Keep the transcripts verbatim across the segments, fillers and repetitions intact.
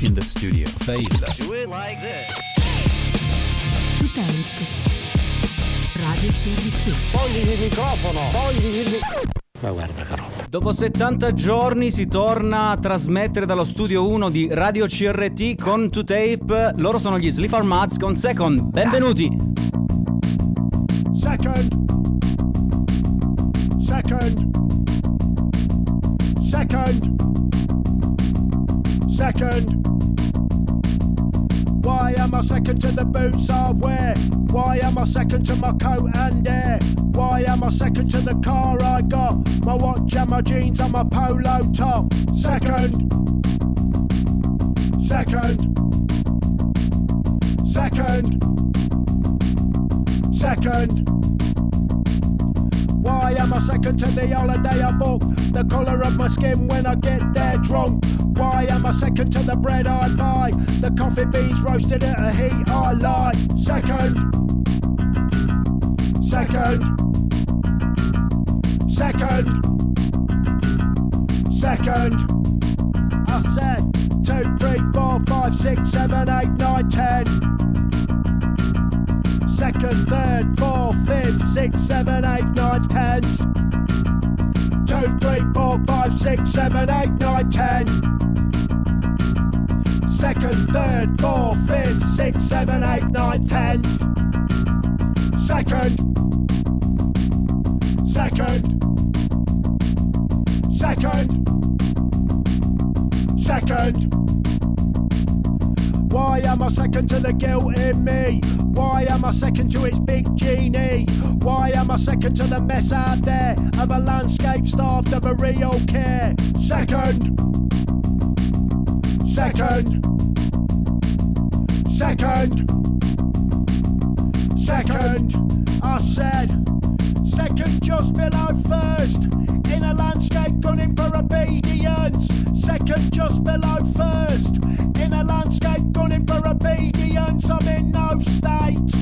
in the studio. Fail. Do it like this. To Tape. Radio C R T. Togli il microfono, togli il microfono. Ma guarda che roba. Dopo settanta giorni si torna a trasmettere dallo studio uno di Radio C R T con To Tape. Loro sono gli Sleaford Mods con Second. Benvenuti. Second. Second. Second. Second. Why am I second to the boots I wear? Why am I second to my coat and hair? Why am I second to the car I got? My watch and my jeans and my polo top. Second. Second. Second. Second. Why am I second to the holiday I book? The colour of my skin when I get there drunk. Why am I second to the bread I buy? The coffee beans roasted at a heat I like. Second. Second. Second. Second. I said two, three, four, five, six, seven, eight, nine, ten. Second, third, fourth, fifth, sixth, seven, eight, nine, ten. Two, three, four, five, six, seven, eight, nine, ten. Second, third, fourth, fifth, sixth, seven, eight, nine, ten. Second. Second. Second. Second. Why am I second to the guilt in me? Why am I second to its big genie? Why am I second to the mess out there of a landscape starved of a real care? Second. Second. Second. Second. I said second just below first in a landscape gunning for obedience. Second just below first in a landscape gunning for obedience. I'm in no state,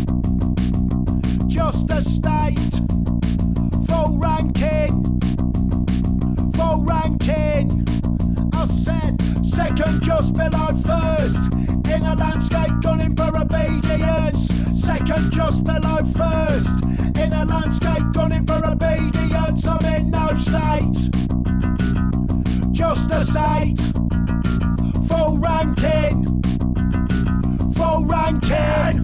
just a state. Full ranking, full ranking. I said second just below first in a landscape gunning for obedience. Second just below first in a landscape gunning for obedience. I'm in no state, just a state. Full ranking, full ranking.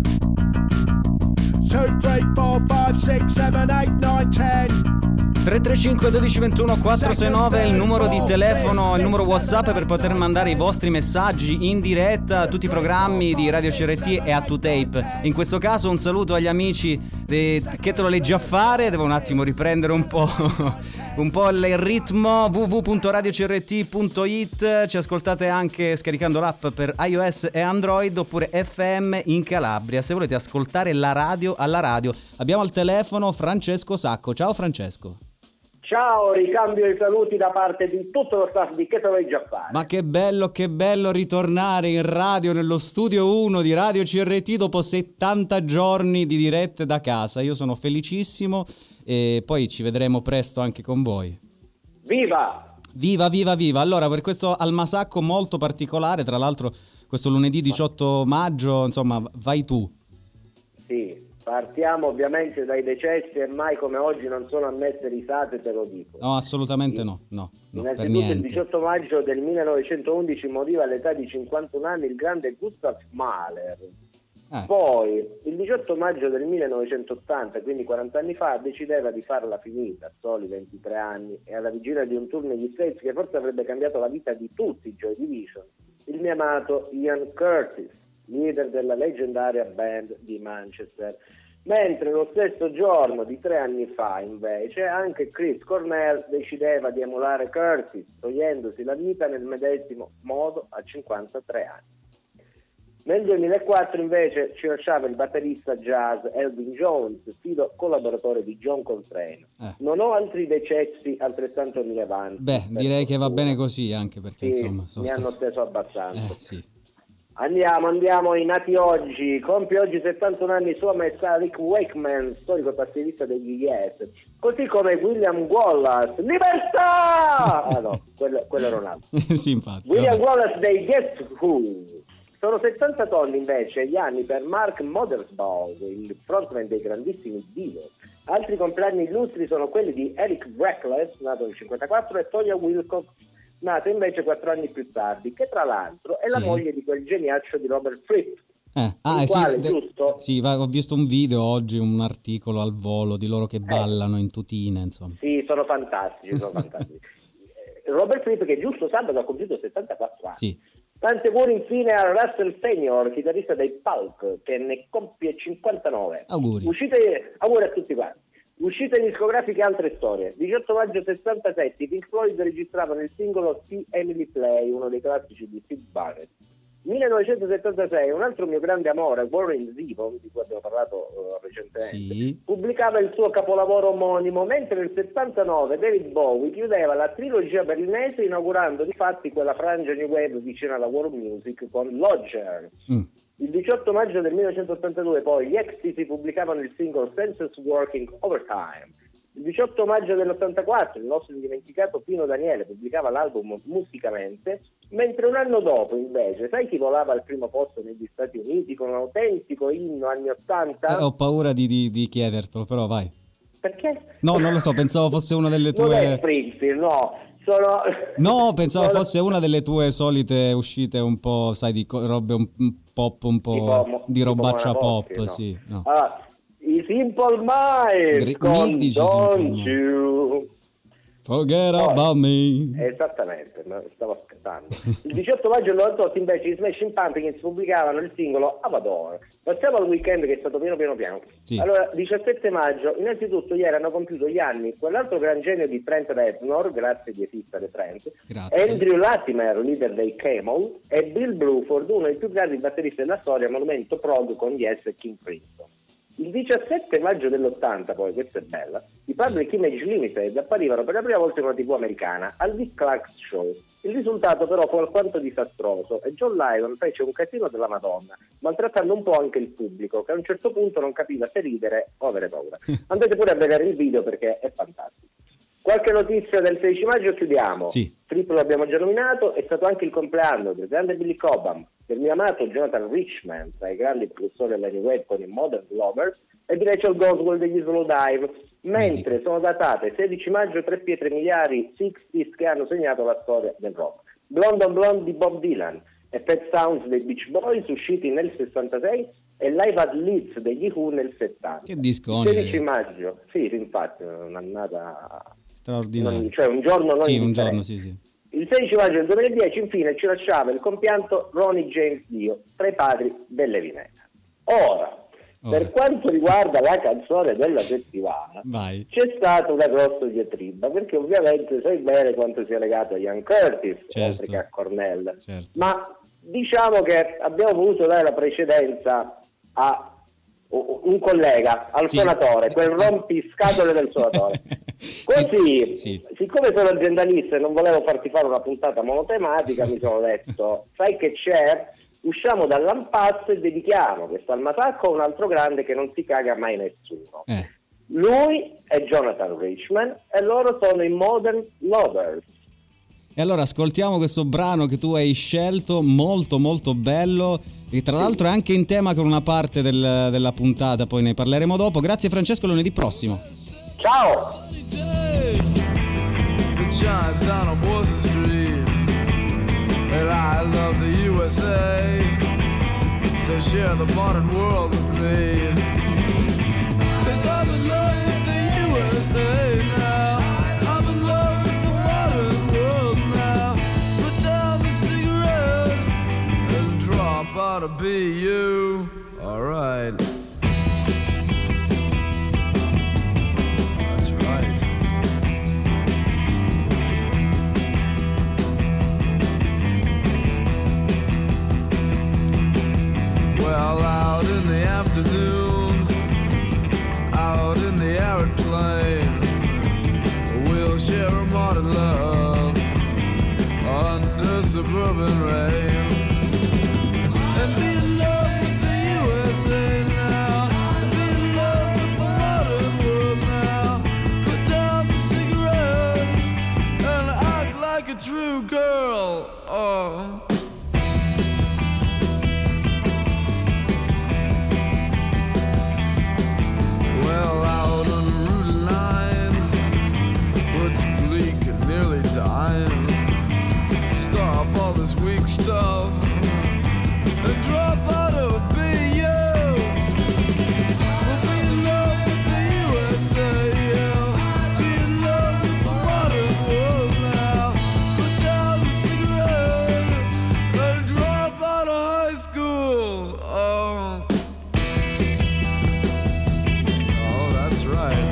Two, three, four, five, six, seven, eight, nine, ten. tre tre cinque uno due due uno quattro sei nove è il numero di telefono, il numero WhatsApp per poter mandare i vostri messaggi in diretta a tutti i programmi di Radio C R T e a To Tape. In questo caso un saluto agli amici de... che te lo leggi a fare, devo un attimo riprendere un po' un po' il ritmo. w w w punto radio c r t punto i t. Ci ascoltate anche scaricando l'app per iOS e Android oppure F M in Calabria. Se volete ascoltare la radio alla radio abbiamo al telefono Francesco Sacco. Ciao Francesco. Ciao, ricambio i saluti da parte di tutto lo staff di Che te lo leggi a fare. Ma che bello, che bello ritornare in radio, nello studio uno di Radio C R T dopo settanta giorni di dirette da casa. Io sono felicissimo e poi ci vedremo presto anche con voi. Viva! Viva, viva, viva! Allora, per questo almasacco molto particolare, tra l'altro questo lunedì diciotto maggio, insomma, vai tu. Sì. Partiamo ovviamente dai decessi e mai come oggi non sono ammesse risate, te lo dico. No, assolutamente no, no, no per Innanzitutto niente. Il diciotto maggio del millenovecentoundici moriva all'età di cinquantuno anni il grande Gustav Mahler. Eh. Poi il diciotto maggio del millenovecentottanta, quindi quaranta anni fa, decideva di farla finita a soli ventitré anni e alla vigilia di un tour negli States che forse avrebbe cambiato la vita di tutti i Joy Division, il mio amato Ian Curtis, leader della leggendaria band di Manchester. Mentre lo stesso giorno di tre anni fa, invece, anche Chris Cornell decideva di emulare Curtis, togliendosi la vita nel medesimo modo a cinquantatré anni. Nel duemilaquattro, invece, ci lasciava il batterista jazz Elvin Jones, fido collaboratore di John Coltrane. Eh. Non ho altri decessi altrettanto rilevanti. Beh, direi che va bene così, anche perché sì, insomma... mi hanno steso abbastanza. Eh, sì. Andiamo, andiamo, i nati oggi, compie oggi settantuno anni sua maestà Rick Wakeman, storico tastierista degli Yes, così come William Wallace, libertà! Ah no, quello, quello era un altro. Sì, infatti. William vabbè. Wallace dei Guess Who. Sono settanta tonni invece gli anni per Mark Mothersbaugh, il frontman dei grandissimi Divo. Altri compleanni illustri sono quelli di Eric Reckless, nato nel cinquantaquattro, e Toya Wilcox, nata invece quattro anni più tardi, che tra l'altro è la Sì. moglie di quel geniaccio di Robert Fripp. Eh, ah, il eh, quale, sì, de- giusto? sì, va- ho visto un video oggi, un articolo al volo di loro che ballano in tutine, insomma. Sì, sono fantastici, sono fantastici. Robert Fripp, che giusto sabato ha compiuto settantaquattro anni. Sì. Tanti auguri infine a Russell Senior, chitarrista dei Pulp, che ne compie cinquantanove. Auguri. Uscite, auguri a tutti quanti. Uscite discografiche e altre storie. diciotto maggio sessantasette i Pink Floyd registravano il singolo See Emily Play, uno dei classici di Syd Barrett. millenovecentosettantasei un altro mio grande amore, Warren Zevon, di cui abbiamo parlato uh, recentemente, Sì. pubblicava il suo capolavoro omonimo, mentre nel settantanove David Bowie chiudeva la trilogia berlinese inaugurando di fatti quella frangia new wave vicina alla world music con Lodger. Mm. Il diciotto maggio del millenovecentottantadue poi gli Ecstasy pubblicavano il singolo Senses Working Overtime. Il diciotto maggio dell'ottantaquattro il nostro indimenticato Pino Daniele pubblicava l'album Musicamente, mentre un anno dopo invece, sai chi volava al primo posto negli Stati Uniti con un autentico inno anni ottanta? Eh, ho paura di, di, di chiedertelo, però vai. Perché? No, non lo so, pensavo fosse una delle Non è tue... Springsteen, no. Sono... No, pensavo sono- fosse una delle tue solite uscite un po', sai, di co- robe un, un pop, un po' tipo mo- di tipo robaccia Mona pop, Boschi, no? sì. No. Ah, i Simple Minds Gri- con mitici Don't Simple Minds. You. Forget Poi- about me. Esattamente, ma stavo aspettando. Il diciotto maggio del novantotto invece i Smashing Pumpkins pubblicavano il singolo Avador. Passiamo al weekend che è stato pieno pieno piano. Sì. Allora, diciassette maggio, innanzitutto ieri hanno compiuto gli anni quell'altro gran genio di Trent Reznor, grazie di esistere Trent, Grazie. Andrew Latimer, leader dei Camel, e Bill Bruford, uno dei più grandi batteristi della storia, monumento prog con Yes e King Crimson. Il diciassette maggio dell'ottanta, poi, questa è bella, i Public Image Limited apparivano per la prima volta in una tivù americana, al Dick Clark's Show. Il risultato però fu alquanto disastroso e John Lydon fece un casino della Madonna, maltrattando un po' anche il pubblico, che a un certo punto non capiva se ridere o avere paura. Andate pure a vedere il video perché è fantastico. Qualche notizia del sedici maggio e chiudiamo. Sì. Triplo l'abbiamo già nominato, è stato anche il compleanno del grande Billy Cobham, del mio amato Jonathan Richman, tra i grandi produttori della New Wave con i Modern Lovers, e di Rachel Goswell degli Slowdive, mentre sono datate sedici maggio tre pietre miliari sessanta che hanno segnato la storia del rock. Blonde on Blonde di Bob Dylan e Pet Sounds dei Beach Boys usciti nel sessantasei e Live at Leeds degli Who nel settanta. Che disconi, Il sedici ragazzi. maggio, sì, sì, infatti, un'annata... Straordinario. Non- cioè un giorno non Sì, un indifferente. giorno, sì, sì. Il sedici maggio del duemiladieci infine ci lasciava il compianto Ronnie James Dio, tra i padri dell'heavy metal. Ora, Ora. per quanto riguarda la canzone della settimana, Vai. c'è stata una grossa diatriba, perché ovviamente sai bene quanto sia legato a Ian Curtis, Certo. oltre che a Cornell. Certo. Ma diciamo che abbiamo voluto dare la precedenza a un collega, al Sì. suonatore, quel rompiscatole del suonatore. Così, Sì. siccome sono aziendalista e non volevo farti fare una puntata monotematica, mi sono detto, sai che c'è? Usciamo dall'impasse e dedichiamo questo almanacco a un altro grande che non si caga mai nessuno. Eh. Lui è Jonathan Richman e loro sono i Modern Lovers. E allora ascoltiamo questo brano che tu hai scelto, molto molto bello, e tra l'altro è anche in tema con una parte del- della puntata, poi ne parleremo dopo. Grazie Francesco, lunedì prossimo. Ciao! That shines down on Wilson Street. And I love the U S A, so share the modern world with me. 'Cause I'm in love with the U S A now. I'm in love with the modern world now. Put down the cigarette and drop out of B U. Alright. That's right. Well, out in the afternoon, out in the arid plain, we'll share a modern love under suburban rain. true girl. Oh. Well, out on the Route nine, what's bleak and nearly dying. Stop all this weak stuff and drop out of B U. We'll be in love with the U S A, yeah. Be in love with the modern world now. Put down the cigarette and drop out of high school. Oh. Oh, that's right.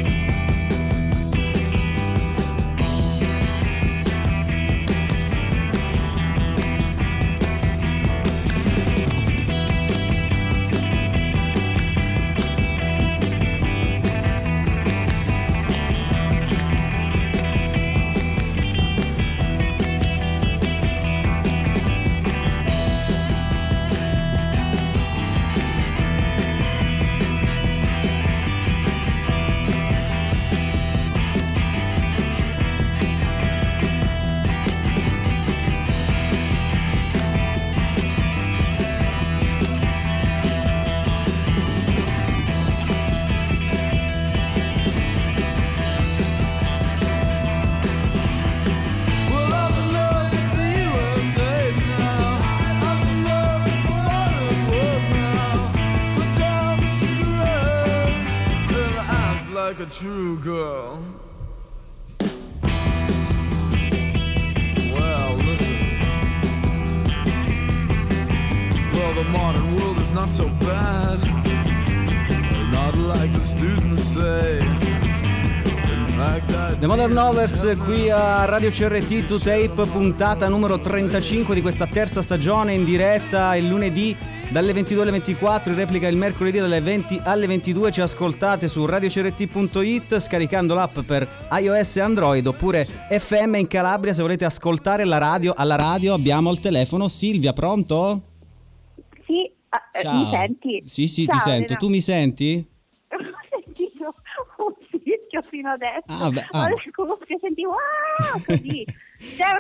Well, I'm in love with the U S A now. I'm in love with the modern world now. Put down the cigarette and act like a true girl. Well, listen. Well, the modern world is not so bad. Not like the students say. In fact, I The Modern Lovers qui a Radio C R T to Tape, puntata numero trentacinque di questa terza stagione, in diretta il lunedì dalle ventidue alle ventiquattro, in replica il mercoledì dalle venti alle ventidue. Ci ascoltate su radio c r t punto i t scaricando l'app per iOS e Android, oppure F M in Calabria se volete ascoltare la radio. Alla radio abbiamo al telefono Silvia, pronto? Sì, ah, eh, Ciao. mi senti? Sì, sì, Ciao, ti sento. Elena. Tu mi senti? Ho sentito un fischio fino adesso. Ah, beh, ah. Ho le cuffie, sentivo ah, così. Cioè-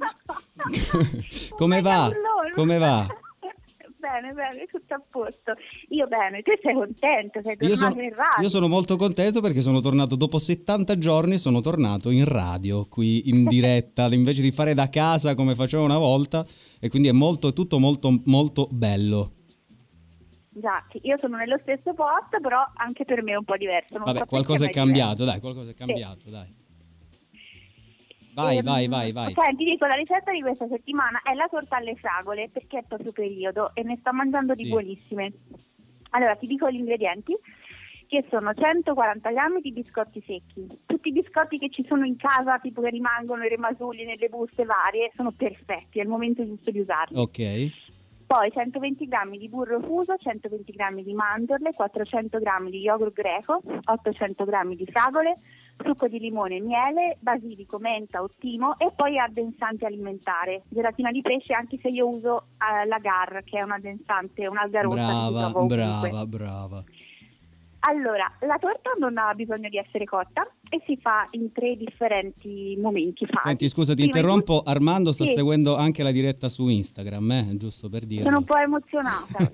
Come Un va? megallone. Come va? Bene, bene, tutto a posto. Io bene, tu sei contento, sei Io tornato sono, in radio. io sono molto contento perché sono tornato dopo settanta giorni, sono tornato in radio, qui in diretta, invece di fare da casa come facevo una volta, e quindi è molto, è tutto molto molto bello. Già, sì, io sono nello stesso posto, però anche per me è un po' diverso. Non Vabbè, so qualcosa è perché, ma cambiato, dai, qualcosa è cambiato, dai. Vai, Ehm, vai, vai, vai. Ok, ti dico, la ricetta di questa settimana è la torta alle fragole, perché è proprio periodo e ne sto mangiando di Sì. buonissime. Allora, ti dico gli ingredienti, che sono centoquaranta grammi di biscotti secchi. Tutti i biscotti che ci sono in casa, tipo che rimangono i rimasugli nelle buste varie, sono perfetti, è il momento giusto di usarli. Ok, Poi centoventi grammi di burro fuso, centoventi grammi di mandorle, quattrocento grammi di yogurt greco, ottocento grammi di fragole, succo di limone, miele, basilico, menta o timo, e poi addensante alimentare, gelatina di pesce, anche se io uso eh, l'agar, che è un addensante, un'alga rossa che si brava, trova ovunque. brava, brava. Allora, la torta non ha bisogno di essere cotta e si fa in tre differenti momenti. Fasi. Senti, scusa, ti Prima di interrompo, tutto- Armando sta Sì. seguendo anche la diretta su Instagram, eh? Giusto per dire. Sono un po' emozionata.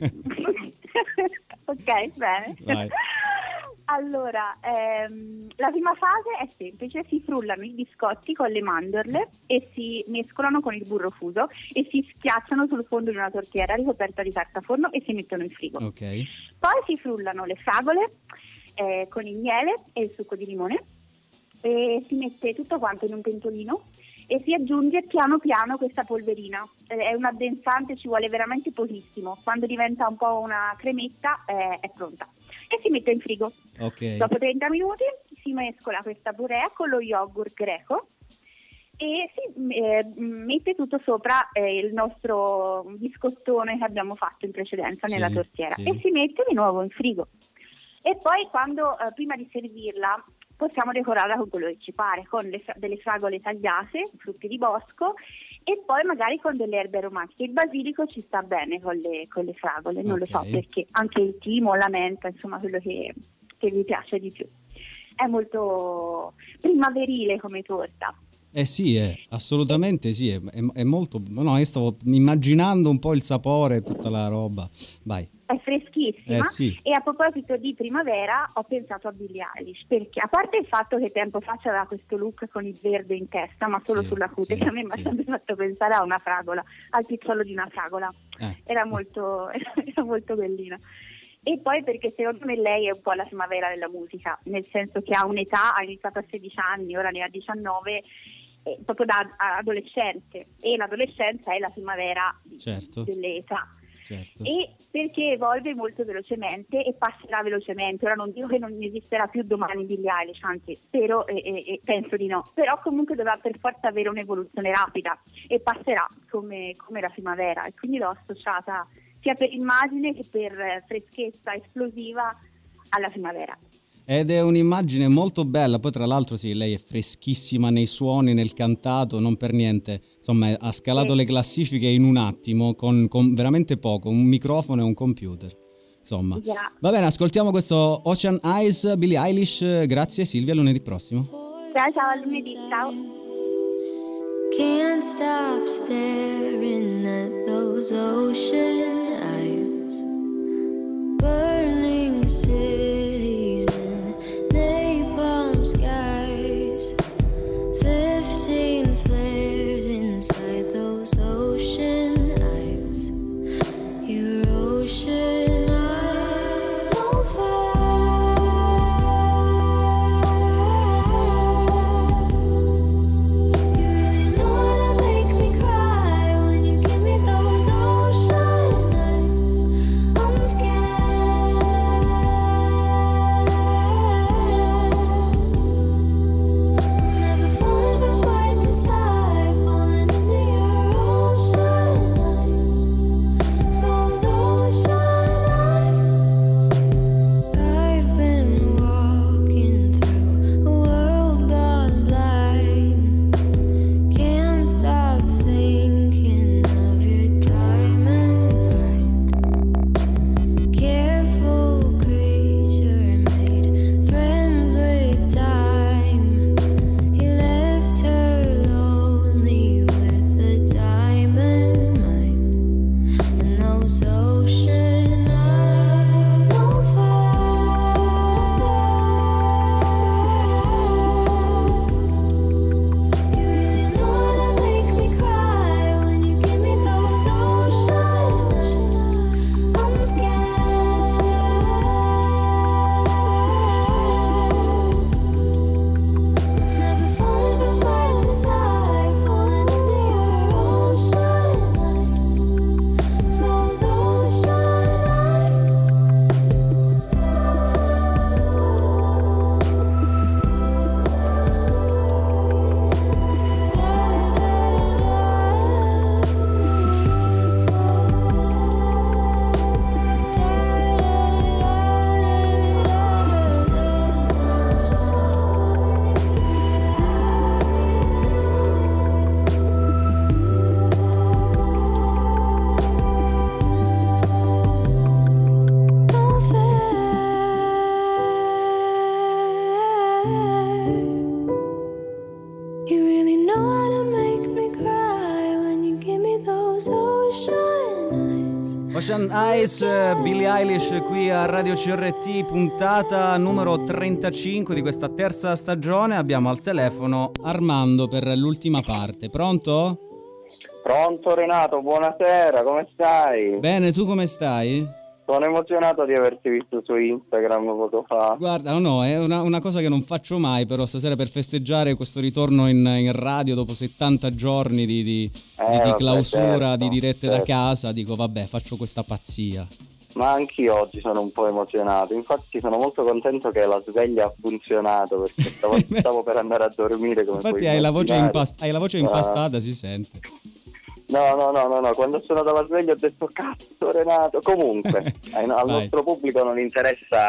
Ok, bene. Vai. Allora, ehm, la prima fase è semplice, si frullano i biscotti con le mandorle e si mescolano con il burro fuso e si schiacciano sul fondo di una tortiera ricoperta di carta forno e si mettono in frigo. Ok, Poi si frullano le fragole eh, con il miele e il succo di limone e si mette tutto quanto in un pentolino e si aggiunge piano piano questa polverina. Eh, è un addensante, ci vuole veramente pochissimo. Quando diventa un po' una cremetta eh, è pronta. E si mette in frigo. ok. Dopo trenta minuti si mescola questa purea con lo yogurt greco e si eh, mette tutto sopra eh, il nostro biscottone che abbiamo fatto in precedenza Sì, nella tortiera sì. e si mette di nuovo in frigo. E poi quando eh, prima di servirla possiamo decorarla con quello che ci pare, con le fra- delle fragole tagliate, frutti di bosco e poi magari con delle erbe aromatiche. Il basilico ci sta bene con le, con le fragole, non Ok. lo so perché, anche il timo, la menta, insomma quello che, che vi piace di più. È molto primaverile come torta. Eh sì, è, assolutamente sì, è, è, è molto... No, io stavo immaginando un po' il sapore e tutta la roba. Vai. È freschissima. Eh sì. E a proposito di primavera ho pensato a Billie Eilish, perché a parte il fatto che tempo fa c'aveva questo look con il verde in testa, ma solo Sì, sulla cute, sì, che a me mi ha sì. sempre fatto pensare a una fragola, al picciolo di una fragola. Eh. Era molto, era molto bellina. E poi perché secondo me lei è un po' la primavera della musica, nel senso che ha un'età, ha iniziato a sedici anni, ora ne ha diciannove, eh, proprio da adolescente, e l'adolescenza è la primavera Certo. delle età. Certo. E perché evolve molto velocemente e passerà velocemente. Ora non dico che non esisterà più domani Billie Eilish, anzi spero e, e, e penso di no, però comunque dovrà per forza avere un'evoluzione rapida e passerà come, come la primavera, e quindi l'ho associata sia per immagine che per freschezza esplosiva alla primavera. Ed è un'immagine molto bella, poi tra l'altro sì, lei è freschissima nei suoni, nel cantato, non per niente, insomma ha scalato Sì. le classifiche in un attimo, con, con veramente poco, un microfono e un computer, insomma. Yeah. Va bene, ascoltiamo questo Ocean Eyes, Billie Eilish, grazie Silvia, lunedì prossimo. Ciao, ciao, a lunedì, ciao. Can't stop staring at those ocean eyes, burning cities and napalm skies, fifteen flares inside those ocean eyes, your ocean eyes on fire. You really know how to make me cry when you give me those ocean eyes. I'm scared. Never falling from quite this high, falling into your ocean eyes. Those ocean eyes. I've been walking through a world gone blind. Can't stop thinking of your diamond mind. Careful creature made friends with time. He left her lonely with a diamond mind and those ocean eyes on fire. You really know how to make me cry when you give me those ocean eyes. I'm scared. Never falling from quite this high, falling into your ocean eyes. Those ocean eyes. You really know how to make me cry when you give me those ocean eyes. Ocean Eyes, eh, Billie Eilish qui a Radio C R T, puntata numero trentacinque di questa terza stagione. Abbiamo al telefono Armando per l'ultima parte. Pronto? Pronto Renato, buonasera, come stai? Bene, tu come stai? Sono emozionato di averti visto su Instagram poco fa. Guarda, no, no, è una, una cosa che non faccio mai, però stasera per festeggiare questo ritorno in, in radio dopo settanta giorni di, di, Eh, di, di vabbè, clausura, certo, di dirette da certo. casa, dico vabbè, faccio questa pazzia. Ma anch'io oggi sono un po' emozionato, infatti sono molto contento che la sveglia ha funzionato perché stavo, stavo per andare a dormire come Infatti puoi hai la, voce immaginare. impast- hai la voce Ah. impastata, si sente. No, no, no, no, no, quando ho suonato la sveglia ho detto cazzo Renato, comunque ai- al Vai. nostro pubblico non interessa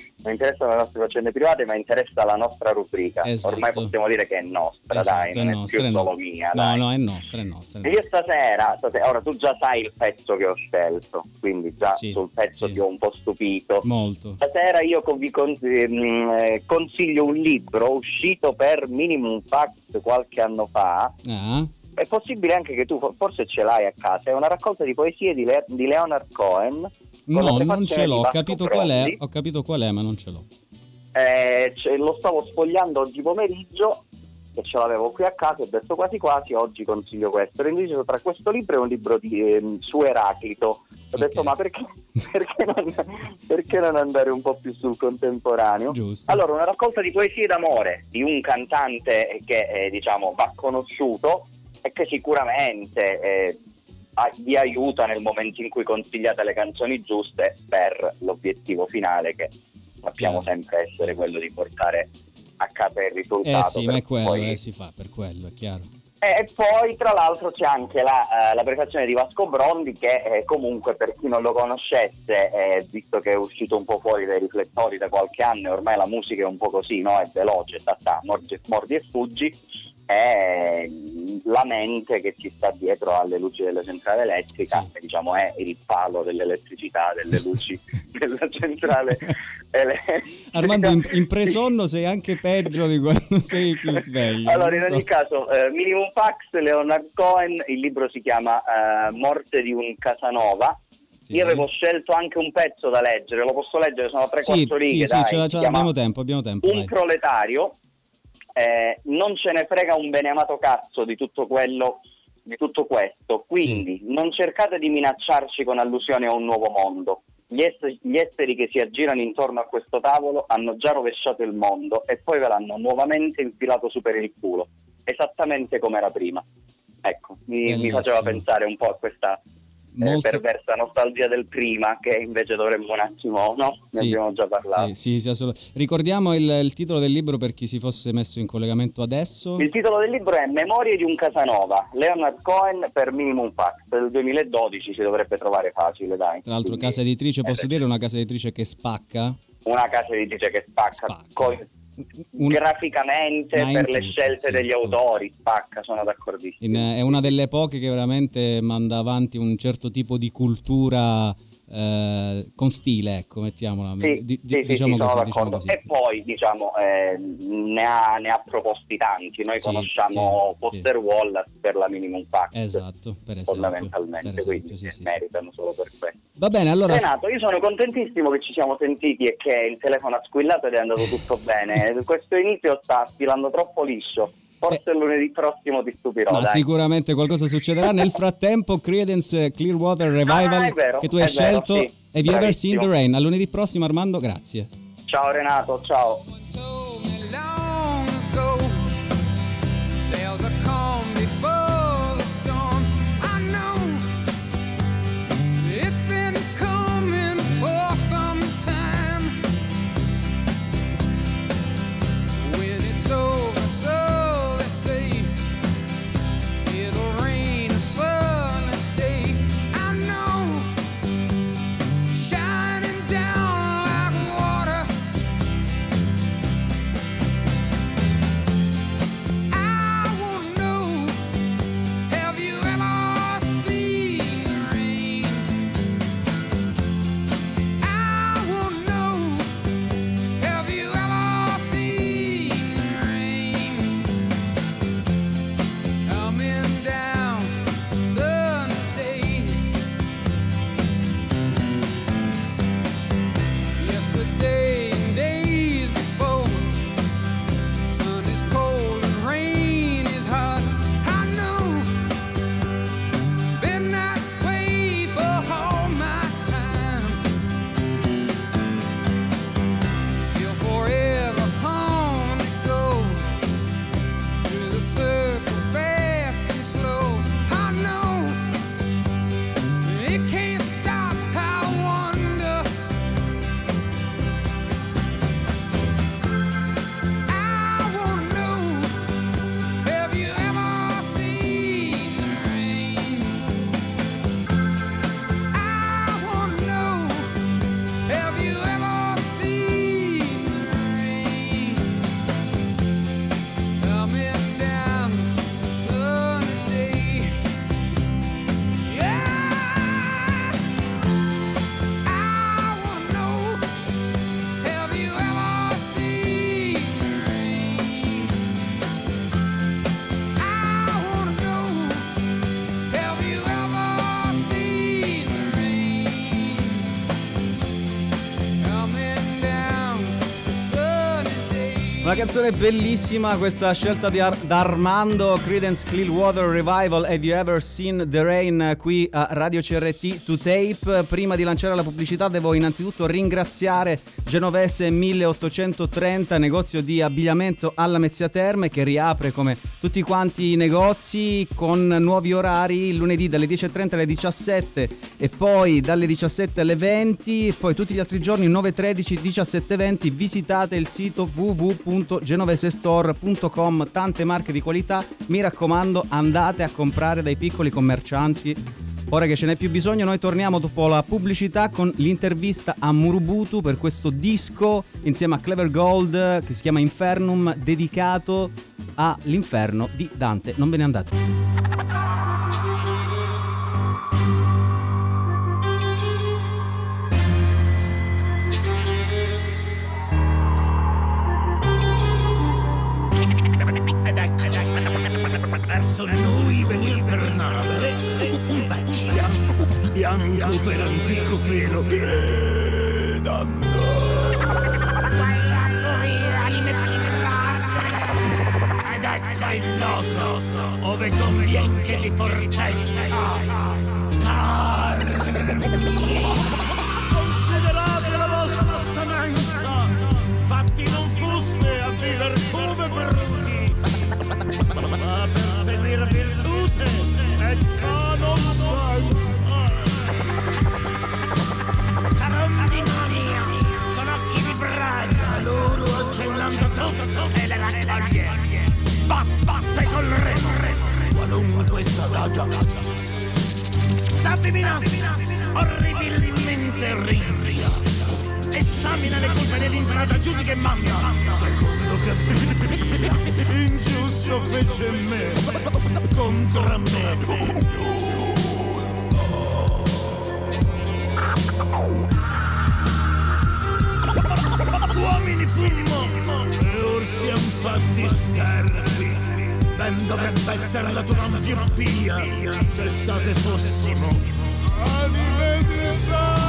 non interessano le nostre faccende private, ma interessa la nostra rubrica. Esatto. Ormai possiamo dire che è nostra, Esatto, dai, non è è, nostra, più è solo no- mia. No, dai. no, è nostra, è nostra. È E io stasera, stasera, ora tu già sai il pezzo che ho scelto, quindi già Sì, sul pezzo sì. ti ho un po' stupito. molto. Stasera io co- vi con- ehm, eh, consiglio un libro uscito per Minimum Fax qualche anno fa. Ah, È possibile anche che tu for- forse ce l'hai a casa. È una raccolta di poesie di, Le- di Leonard Cohen. con la no, non prefazione ce di l'ho, ho Vasco capito qual è, Brondi. ho capito qual è, ma non ce l'ho. Eh, ce- lo stavo sfogliando oggi pomeriggio e ce l'avevo qui a casa, ho detto quasi quasi oggi consiglio questo. Ero indeciso tra questo libro e un libro di, ehm, su Eraclito. Ho Ok. detto ma perché, perché, non, perché non andare un po' più sul contemporaneo? Giusto. Allora, una raccolta di poesie d'amore di un cantante che eh, diciamo va conosciuto e che sicuramente eh, a- vi aiuta nel momento in cui consigliate le canzoni giuste per l'obiettivo finale, che sappiamo Chiaro. sempre essere quello di portare a casa il Eh risultato. sì, per ma è quello, poi- eh, si fa per quello, è chiaro. E poi tra l'altro c'è anche la, eh, la prefazione di Vasco Brondi che eh, comunque per chi non lo conoscesse, eh, visto che è uscito un po' fuori dai riflettori da qualche anno e ormai la musica è un po' così, no? È veloce, sta, sta, mordi, mordi e fuggi, è la mente che ci sta dietro alle luci della centrale elettrica, Sì. che, diciamo è il palo dell'elettricità delle luci della centrale elettrica. Armando, in, in presonno sei anche peggio di quando sei più sveglio. Allora, non in so. ogni caso, eh, Minimum Fax, Leonard Cohen, il libro si chiama eh, Morte di un Casanova. Sì. Io avevo scelto anche un pezzo da leggere, lo posso leggere, sono tre quattro Sì, righe, sì, dai. sì, ce la- Si ce la- chiama abbiamo tempo, abbiamo tempo. Un vai. proletario, eh, non ce ne frega un beneamato cazzo di tutto quello, di tutto questo, quindi non cercate di minacciarci con allusioni a un nuovo mondo. Gli, ess- gli esteri che si aggirano intorno a questo tavolo hanno già rovesciato il mondo e poi ve l'hanno nuovamente infilato su per il culo, esattamente come era prima. Ecco, mi, mi Bellissimo. faceva pensare un po' a questa eh, Molto- perversa nostalgia del prima, che invece dovremmo un attimo, no? Ne Sì, abbiamo già parlato. Sì, sì, sì, assolut- Ricordiamo il, il titolo del libro per chi si fosse messo in collegamento adesso. Il titolo del libro è Memorie di un Casanova, Leonard Cohen per Minimum Fax, del duemiladodici, si dovrebbe trovare facile, dai. Tra l'altro Quindi, casa editrice, posso eh, dire una casa editrice che spacca? una casa editrice che spacca, Spacca. co- Un- graficamente Ma in per le tutto, scelte sì, degli tutto. autori, spacca, sono d'accordissimo. In- è una delle poche che veramente manda avanti un certo tipo di cultura eh, con stile, ecco, mettiamola. Sì, Di- sì, sì, diciamo sì, sono così, diciamo d'accordo. così. E poi diciamo eh, ne, ha, ne ha proposti tanti. Noi Sì, conosciamo sì, Foster Wallace per la Minimum Fax, Esatto, per esempio. fondamentalmente, per esempio, quindi sì, eh, sì, sì. meritano solo per questo. Va bene, allora Renato, io sono contentissimo che ci siamo sentiti e che il telefono ha squillato ed è andato tutto bene. Questo inizio sta filando troppo liscio. Forse Eh. lunedì prossimo ti stupirò, ma dai. sicuramente qualcosa succederà. Nel frattempo Creedence Clearwater Revival Ah, è vero, che tu hai è vero, scelto sì, e Have You Ever Seen the bravissimo. Rain. A lunedì prossimo, Armando, grazie. Ciao Renato, ciao. told me long ago there's a calm before the storm. I know it's been coming for some time. When it's over, so they say it'll rain a sunny day. I know, shining down like water. Una canzone bellissima, questa scelta di Ar- da Armando, Creedence Clearwater Revival, Have You Ever Seen the Rain, qui a Radio C R T to Tape. Prima di lanciare la pubblicità devo innanzitutto ringraziare Genovese milleottocentotrenta, negozio di abbigliamento alla Mezzia Terme, che riapre come tutti quanti i negozi con nuovi orari, il lunedì dalle dieci e trenta alle diciassette e poi dalle diciassette alle venti, e poi tutti gli altri giorni nove tredici, diciassette venti. Visitate il sito w w w punto genovesestore punto com, tante marche di qualità, mi raccomando andate a comprare dai piccoli commercianti. Ora che ce n'è più bisogno, noi torniamo dopo la pubblicità con l'intervista a Murubutu per questo disco insieme a Clever Gold che si chiama Infernum, dedicato all'inferno di Dante. Non ve ne andate. Verso noi venir per nave un vecchio bianco per antico pelo ed andò ed ecco il loco ove convien che di fortezza considerate la vostra sanenza, fatti non fuste a viver come bruti, ma per seguire virtute e conoscenza. Carondi mania, con occhi di braga, loro accennando tutte le raccoglie. Batte col remo, qualunque sadagia. Stabili nostri, orribilmente rinvia. Esamina le colpe dell'intrada, giudica e manda. Secondo che ingiusto fece me contro me. Uomini fumo e orsi infatti sterpi, ben dovrebbe essere la tua ampiopia se state fossimo anime di sangue.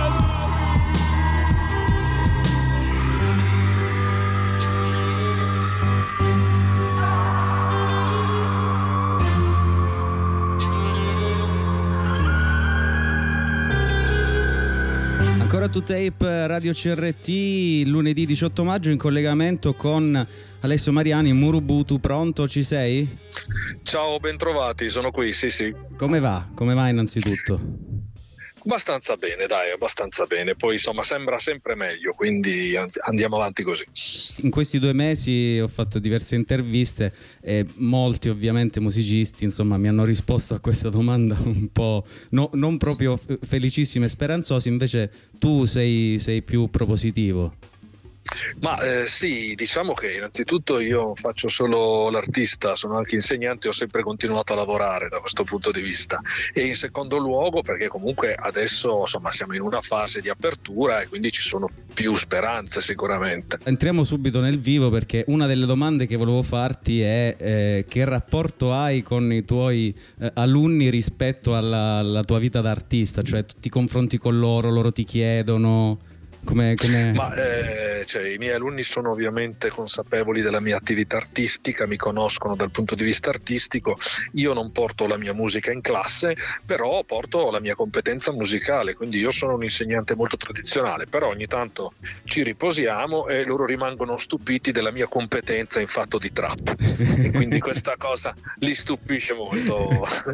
Ancora to Tape, Radio C R T, lunedì diciotto maggio, in collegamento con Alessio Mariani, Murubutu. Pronto, ci sei? Ciao, bentrovati, sono qui, sì sì. Come va? Come va innanzitutto? Abbastanza bene, dai, abbastanza bene. Poi insomma sembra sempre meglio, quindi andiamo avanti così. In questi due mesi ho fatto diverse interviste e molti ovviamente musicisti insomma mi hanno risposto a questa domanda un po' no, non proprio felicissimi e speranzosi. Invece tu sei, sei più propositivo. Ma eh, sì, diciamo che innanzitutto io faccio solo l'artista, sono anche insegnante, ho sempre continuato a lavorare da questo punto di vista, e in secondo luogo perché comunque adesso insomma siamo in una fase di apertura e quindi ci sono più speranze sicuramente. Entriamo subito nel vivo, perché una delle domande che volevo farti è eh, che rapporto hai con i tuoi eh, alunni rispetto alla, alla tua vita da artista, cioè tu ti confronti con loro, loro ti chiedono... Come, come... Ma eh, cioè, i miei alunni sono ovviamente consapevoli della mia attività artistica, mi conoscono dal punto di vista artistico. Io non porto la mia musica in classe, però porto la mia competenza musicale, quindi io sono un insegnante molto tradizionale, però ogni tanto ci riposiamo e loro rimangono stupiti della mia competenza in fatto di trap e quindi questa cosa li stupisce molto.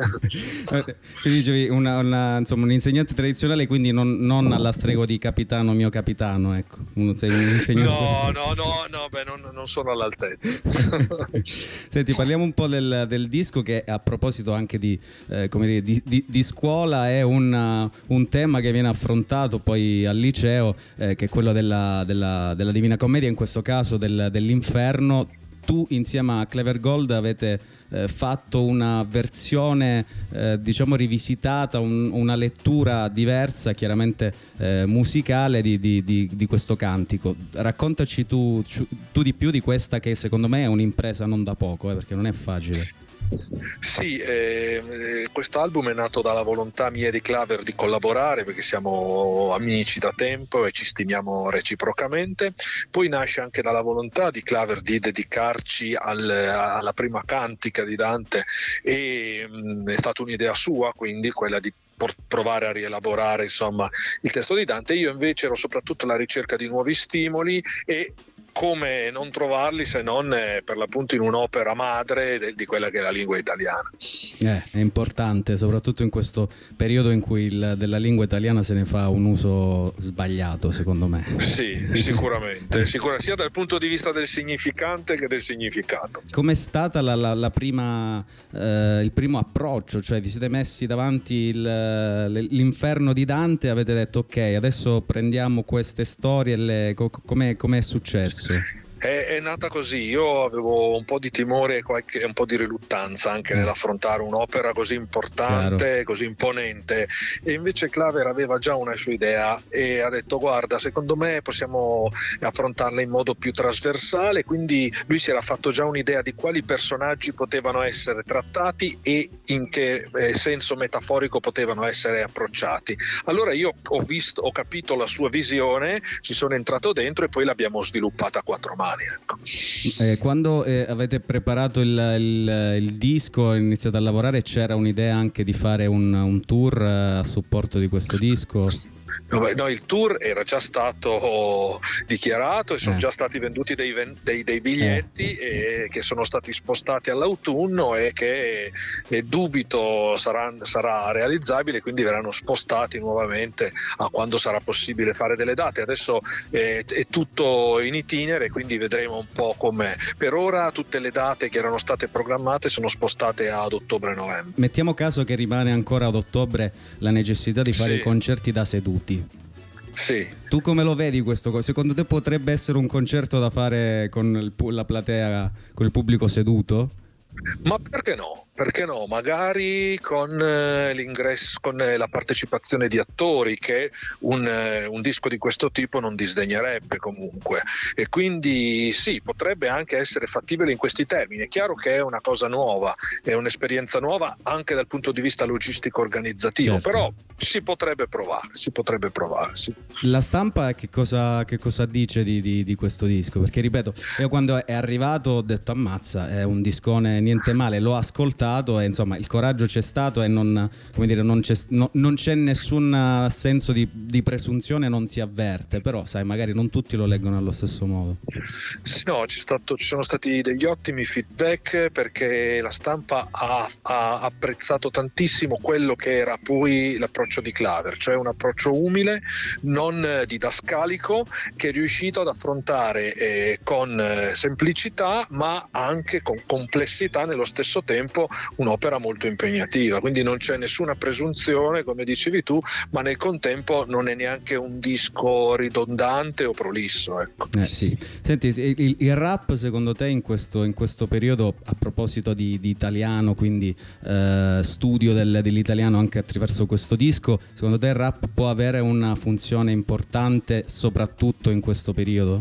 Tu dicevi una, una, insomma, un insegnante tradizionale, quindi non, non alla stregua di Capitano mio capitano, ecco. Sei un insegnante... No, no, no, no, beh, non, non sono all'altezza. Senti, parliamo un po' del, del disco, che a proposito anche di, eh, come dire, di, di, di scuola è un, un tema che viene affrontato poi al liceo, eh, che è quello della, della, della Divina Commedia, in questo caso del, dell'inferno. Tu insieme a Clever Gold avete eh, fatto una versione eh, diciamo rivisitata, un, una lettura diversa, chiaramente eh, musicale di, di, di, di questo cantico. Raccontaci tu, tu di più di questa, che secondo me è un'impresa non da poco, eh, perché non è facile. Sì, eh, questo album è nato dalla volontà mia e di Claver di collaborare, perché siamo amici da tempo e ci stimiamo reciprocamente. Poi nasce anche dalla volontà di Claver di dedicarci al, alla prima cantica di Dante, e mh, è stata un'idea sua, quindi quella di provare a rielaborare insomma il testo di Dante. Io invece ero soprattutto alla ricerca di nuovi stimoli, e come non trovarli se non eh, per l'appunto in un'opera madre de- di quella che è la lingua italiana. Eh, è importante, soprattutto in questo periodo in cui il, della lingua italiana se ne fa un uso sbagliato, secondo me. Sì, sicuramente, sicura, sia dal punto di vista del significante che del significato. Com'è stata la, la, la prima, eh, il primo approccio? Cioè vi siete messi davanti il, l'inferno di Dante e avete detto ok, adesso prendiamo queste storie, le, co- com'è, com'è successo? È, è nata così. Io avevo un po' di timore e qualche, un po' di riluttanza anche Mm. nell'affrontare un'opera così importante, Chiaro. così imponente, e invece Claver aveva già una sua idea e ha detto guarda, secondo me possiamo affrontarla in modo più trasversale. Quindi lui si era fatto già un'idea di quali personaggi potevano essere trattati e in che eh, senso metaforico potevano essere approcciati. Allora io ho visto, ho capito la sua visione, ci sono entrato dentro e poi l'abbiamo sviluppata a quattro mani. Ecco. Eh, quando eh, avete preparato il, il, il disco, iniziate a lavorare, c'era un'idea anche di fare un, un tour eh, a supporto di questo disco? No, no, il tour era già stato dichiarato e sono Eh. già stati venduti dei, ven- dei, dei biglietti e che sono stati spostati all'autunno e che eh, dubito sarà, sarà realizzabile, quindi verranno spostati nuovamente a quando sarà possibile fare delle date. Adesso eh, è tutto in itinere, quindi vedremo un po' com'è. Per ora tutte le date che erano state programmate sono spostate ad ottobre-novembre. Mettiamo caso che rimane ancora ad ottobre la necessità di fare Sì. i concerti da seduti. Sì. Tu come lo vedi questo? co- Secondo te potrebbe essere un concerto da fare con il pu- la platea, con il pubblico seduto? Ma perché no? Perché no? Magari con eh, l'ingresso, con eh, la partecipazione di attori, che un, eh, un disco di questo tipo non disdegnerebbe comunque, e quindi sì, potrebbe anche essere fattibile in questi termini. È chiaro che è una cosa nuova, è un'esperienza nuova anche dal punto di vista logistico organizzativo, Certo. però si potrebbe provare, si potrebbe provare, sì. La stampa che cosa, che cosa dice di, di- di questo disco? Perché ripeto, io quando è arrivato ho detto ammazza, è un discone niente male, l'ho ascoltato e insomma il coraggio c'è stato e non, come dire, non, c'è, no- non c'è nessun senso di, di presunzione, non si avverte, però sai, magari non tutti lo leggono allo stesso modo. Sì, no, c'è stato, ci sono stati degli ottimi feedback, perché la stampa ha, ha apprezzato tantissimo quello che era poi l'approccio di Claver, cioè un approccio umile, non eh, didascalico, che è riuscito ad affrontare eh, con eh, semplicità ma anche con complessità nello stesso tempo un'opera molto impegnativa. Quindi non c'è nessuna presunzione, come dicevi tu, ma nel contempo non è neanche un disco ridondante o prolisso, ecco. Eh sì. Senti, il, il rap secondo te in questo, in questo periodo, a proposito di, di italiano, quindi eh, studio del- dell'italiano anche attraverso questo disco, secondo te il rap può avere una funzione importante soprattutto in questo periodo?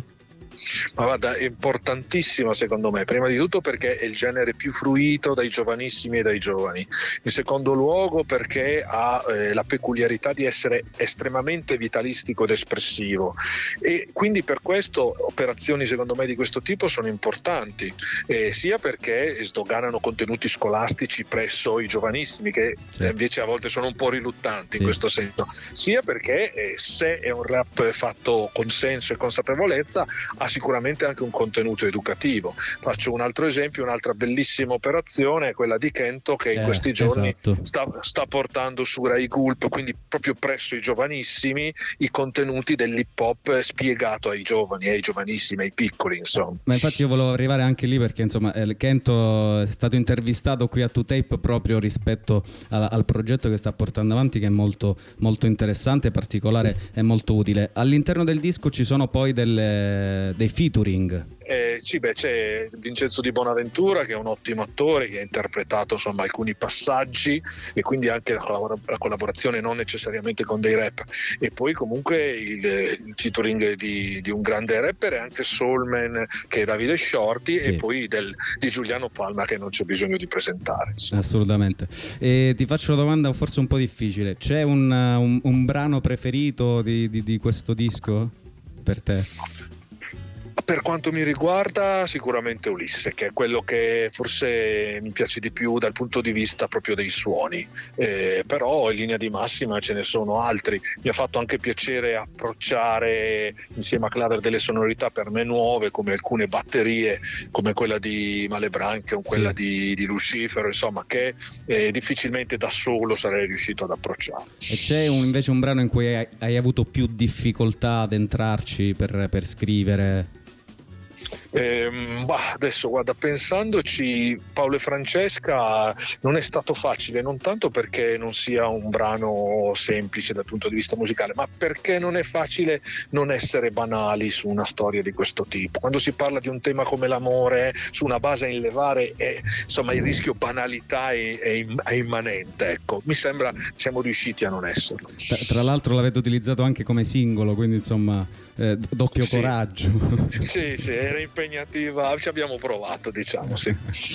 Ma guarda, è importantissima secondo me, prima di tutto perché è il genere più fruito dai giovanissimi e dai giovani, in secondo luogo perché ha eh, la peculiarità di essere estremamente vitalistico ed espressivo, e quindi per questo operazioni secondo me di questo tipo sono importanti, eh, sia perché sdoganano contenuti scolastici presso i giovanissimi, che Sì. eh, invece a volte sono un po' riluttanti Sì. in questo senso, sia perché eh, se è un rap fatto con senso e consapevolezza ha sicuramente anche un contenuto educativo. Faccio un altro esempio, un'altra bellissima operazione è quella di Kento, che in Eh, questi giorni esatto. sta, sta portando su Rai Gulp, quindi proprio presso i giovanissimi, i contenuti dell'hip hop spiegato ai giovani, ai giovanissimi, ai piccoli, insomma. Ma infatti io volevo arrivare anche lì perché insomma eh, Kento è stato intervistato qui a two tape proprio rispetto al, al progetto che sta portando avanti, che è molto, molto interessante, particolare e molto utile. All'interno del disco ci sono poi delle, dei featuring. Eh, sì, beh, c'è Vincenzo Di Bonaventura, che è un ottimo attore, che ha interpretato insomma alcuni passaggi, e quindi anche la, collabor- la collaborazione non necessariamente con dei rapper. E poi comunque il, il featuring di, di un grande rapper è anche Soulman, che è Davide Shorty, Sì. e poi del, di Giuliano Palma, che non c'è bisogno di presentare. insomma. Assolutamente. E ti faccio una domanda forse un po' difficile. C'è un, un, un brano preferito di, di, di questo disco per te? Per quanto mi riguarda, sicuramente Ulisse, che è quello che forse mi piace di più dal punto di vista proprio dei suoni, eh, però in linea di massima ce ne sono altri. Mi ha fatto anche piacere approcciare insieme a Claver delle sonorità per me nuove, come alcune batterie, come quella di Malebranche o quella Sì. di, di Lucifero, insomma, che eh, difficilmente da solo sarei riuscito ad approcciare. E c'è un, invece un brano in cui hai, hai avuto più difficoltà ad entrarci per, per scrivere? Ehm, bah, adesso guarda, pensandoci, Paolo e Francesca non è stato facile, non tanto perché non sia un brano semplice dal punto di vista musicale, ma perché non è facile non essere banali su una storia di questo tipo. Quando si parla di un tema come l'amore, su una base a inlevare, è, insomma, il rischio banalità è, è, è immanente. Ecco, mi sembra siamo riusciti a non esserlo. Tra, tra l'altro l'avete utilizzato anche come singolo, quindi insomma eh, doppio Sì. coraggio. Sì, sì, era impegnativa, ci abbiamo provato, diciamo, sì.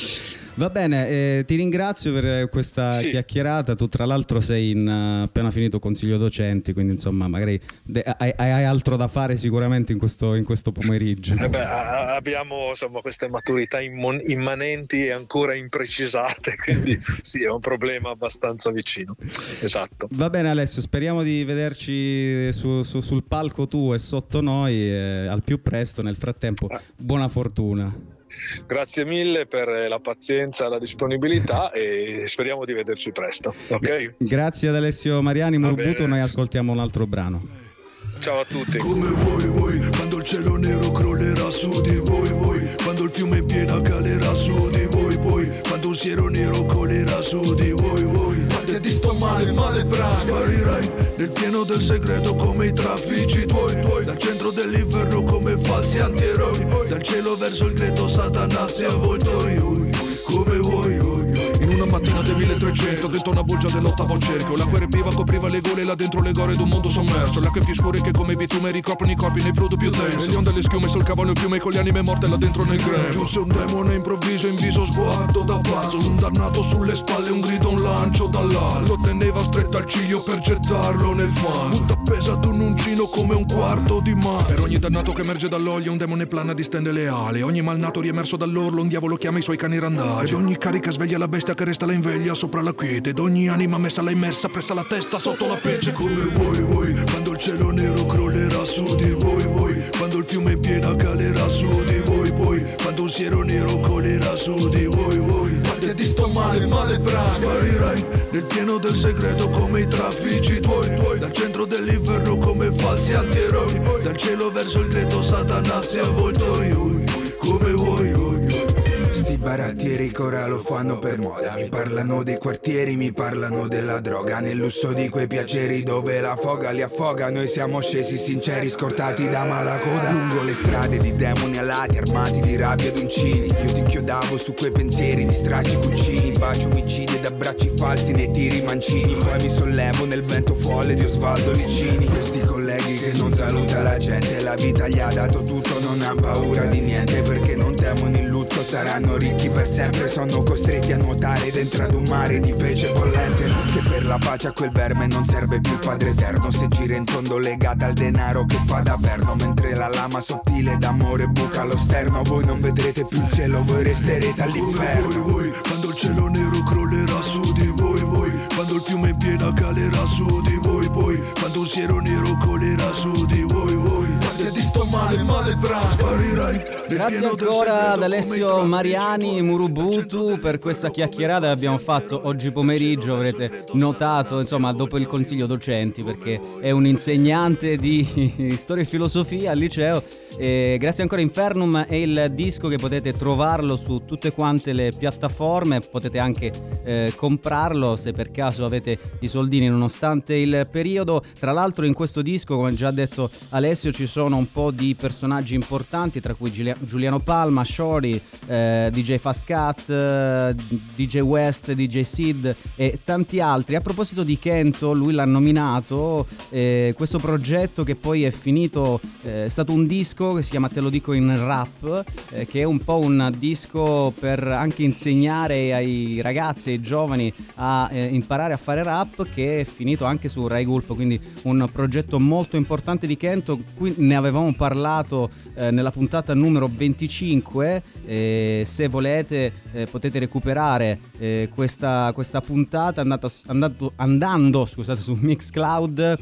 Va bene, eh, ti ringrazio per questa Sì. chiacchierata. Tu tra l'altro sei in, uh, appena finito consiglio docenti, quindi insomma magari de- hai, hai altro da fare sicuramente in questo, in questo pomeriggio. Eh beh, a- abbiamo insomma queste maturità immon- immanenti e ancora imprecisate, quindi sì, è un problema abbastanza vicino. Esatto. Va bene Alessio, speriamo di vederci su, su- sul palco tu e sotto noi eh, al più presto. Nel frattempo buona fortuna. Grazie mille per la pazienza e la disponibilità e speriamo di vederci presto. Ok? Grazie ad Alessio Mariani, Va Murubutu, bene. noi ascoltiamo un altro brano. Ciao a tutti. Come vuoi vuoi, quando il cielo nero crollerà su di voi voi, quando il fiume piena calerà su di voi voi, quando un siero nero colerà su di voi voi, guardia di sto male, male bravo, sparirai nel pieno del segreto come i traffici tuoi tuoi, dal centro dell'inferno come falsi antieroi, dal cielo verso il greto Satana si è avvolto io, come vuoi vuoi. In una mattina del milletrecento, dentro una bolgia dell'ottavo cerchio, l'acqua repiva, copriva le gole, là dentro le gore d'un mondo sommerso. Le acque più scure che come bitume ricoprono i corpi nei fludo più denso. Le onde le schiume solcavano il fiume con le anime morte là dentro nel grembo. Giunse un demone improvviso, in viso sguardo da pazzo, un dannato sulle spalle, un grido, un lancio dall'alto. Lo teneva stretta al ciglio per gettarlo nel fango. Punta appesa ad un uncino come un quarto di mano. Per ogni dannato che emerge dall'olio, un demone plana distende le ali. Ogni malnato riemerso dall'orlo, un diavolo chiama i suoi cani randagi. Ed ogni carica sveglia la bestia che resta là in veglia sopra la quiete, ed ogni anima messa là immersa pressa la testa sotto la pece. Come vuoi vuoi, quando il cielo nero crollerà su di voi voi, quando il fiume piena calerà su di voi voi, quando un siero nero colerà su di voi voi, guardia di sto male, male bravo, sparirai nel pieno del segreto come i traffici tuoi tuoi, dal centro dell'inferno come falsi antieroi, dal cielo verso il greto Satana si è avvolto io, come vuoi vuoi. Sti barattieri che ora lo fanno per moda, mi parlano dei quartieri, mi parlano della droga, nel lusso di quei piaceri dove la foga li affoga. Noi siamo scesi sinceri, scortati da malacoda, lungo le strade di demoni alati, armati di rabbia ed uncini. Io ti inchiodavo su quei pensieri di stracci cucini, baci omicidi ed abbracci falsi nei tiri mancini. Poi mi sollevo nel vento folle di Osvaldo Licini. Questi colleghi che non saluta la gente, la vita gli ha dato tutto, non han paura di niente perché non temono il lutto. Saranno ricchi per sempre, sono costretti a nuotare dentro ad un mare di pece bollente. Che per la pace a quel verme non serve più il Padre Eterno, se gira in tondo legata al denaro che fa da perno, mentre la lama sottile d'amore buca lo sterno. Voi non vedrete più il cielo, voi resterete all'inferno. Voi, voi, quando il cielo nero crollerà su di voi voi, quando il fiume piena calerà su di voi voi, quando un siero nero colerà su di voi voi, guardia di sto male, male bravo, sparirai nel Grazie pieno del ancora segreto ad Alessio come i Mariani, Murubutu, per questa chiacchierata che abbiamo fatto oggi pomeriggio. Avrete notato, insomma, dopo il consiglio docenti, perché è un insegnante di storia e filosofia al liceo, E grazie ancora Infernum è il disco che potete trovarlo su tutte quante le piattaforme, potete anche eh, comprarlo se per caso avete i soldini nonostante il periodo. Tra l'altro in questo disco, come già detto Alessio, ci sono un po' di personaggi importanti, tra cui Giulia- Giuliano Palma, Shorty, eh, D J Fast Cat, eh, D J West, D J Sid e tanti altri. A proposito di Kento, lui l'ha nominato, eh, questo progetto che poi è finito, eh, è stato un disco che si chiama Te lo dico in rap, eh, che è un po' un disco per anche insegnare ai ragazzi e ai giovani a eh, imparare a fare rap, che è finito anche su Rai Gulp, quindi un progetto molto importante di Kento. Qui ne avevamo parlato eh, nella puntata numero venticinque, eh, se volete eh, potete recuperare eh, questa, questa puntata andando, andando, andando scusate, su Mixcloud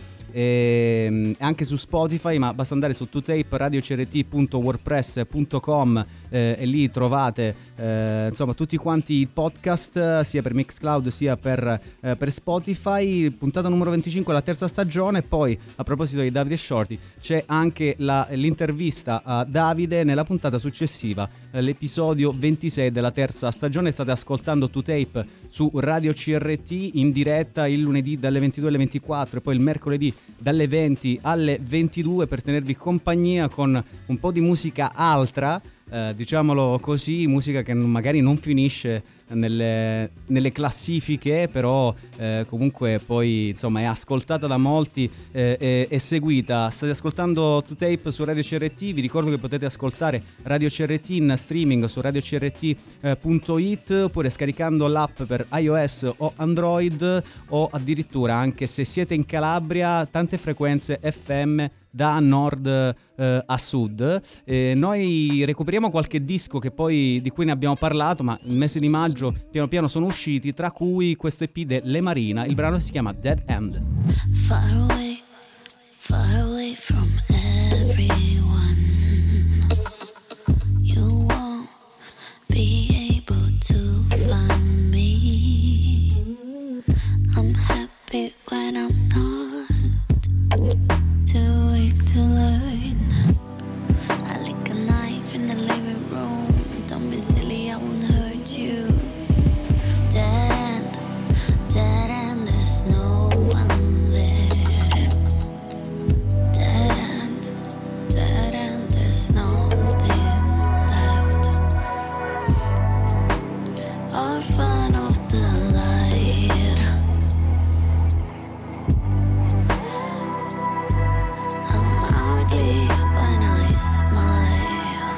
e anche su Spotify, ma basta andare su two tape radio c r t punto wordpress punto com eh, e lì trovate eh, insomma tutti quanti i podcast sia per Mixcloud sia per, eh, per Spotify. Puntata numero venticinque, la terza stagione. Poi a proposito di Davide Shorty c'è anche la, l'intervista a Davide nella puntata successiva, eh, l'episodio ventisei della terza stagione. State ascoltando two tape su Radio C R T in diretta il lunedì dalle ventidue alle ventiquattro e poi il mercoledì dalle venti alle ventidue per tenervi compagnia con un po' di musica altra, eh, diciamolo così, musica che magari non finisce nelle, nelle classifiche, però eh, comunque poi insomma è ascoltata da molti, eh, è, è seguita. State ascoltando two tape su Radio C R T, vi ricordo che potete ascoltare Radio C R T in streaming su radio c r t punto i t oppure scaricando l'app per iOS o Android, o addirittura, anche se siete in Calabria, tante frequenze F M da nord eh, a sud. Eh, noi recuperiamo qualche disco che poi di cui ne abbiamo parlato, ma il mese di maggio piano piano sono usciti, tra cui questo E P de Le Marina. Il brano si chiama Dead End. Far away, far away from everyone. You won't be able to find me. I'm happy when I'm not. Too weak to learn. I lick a knife in the living room. Don't be silly, I won't hurt you. Dead end, dead end, there's no one there. Dead end, dead end, there's nothing left. Orphan of the light. I'm ugly when I smile.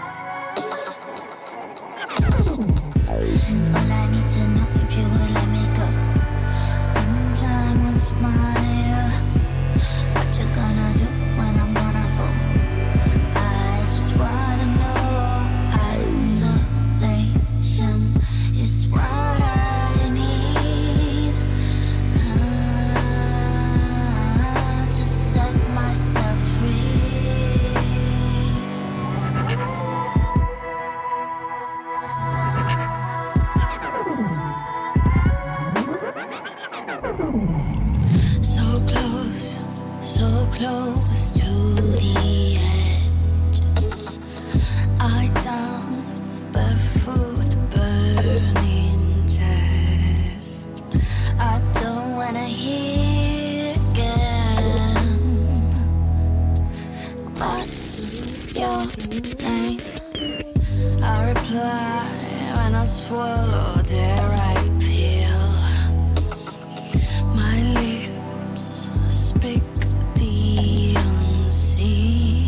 All I need to know if you will let me go. One time, one smile. What you gonna do when I'm gonna fall? I just wanna know. Isolation is what I need. Ah, to set myself free. So close, so close to the edge. I dance barefoot, burning chest. I don't wanna hear again. What's your name? I reply when I swallow the right pill. My lips speak the unseen.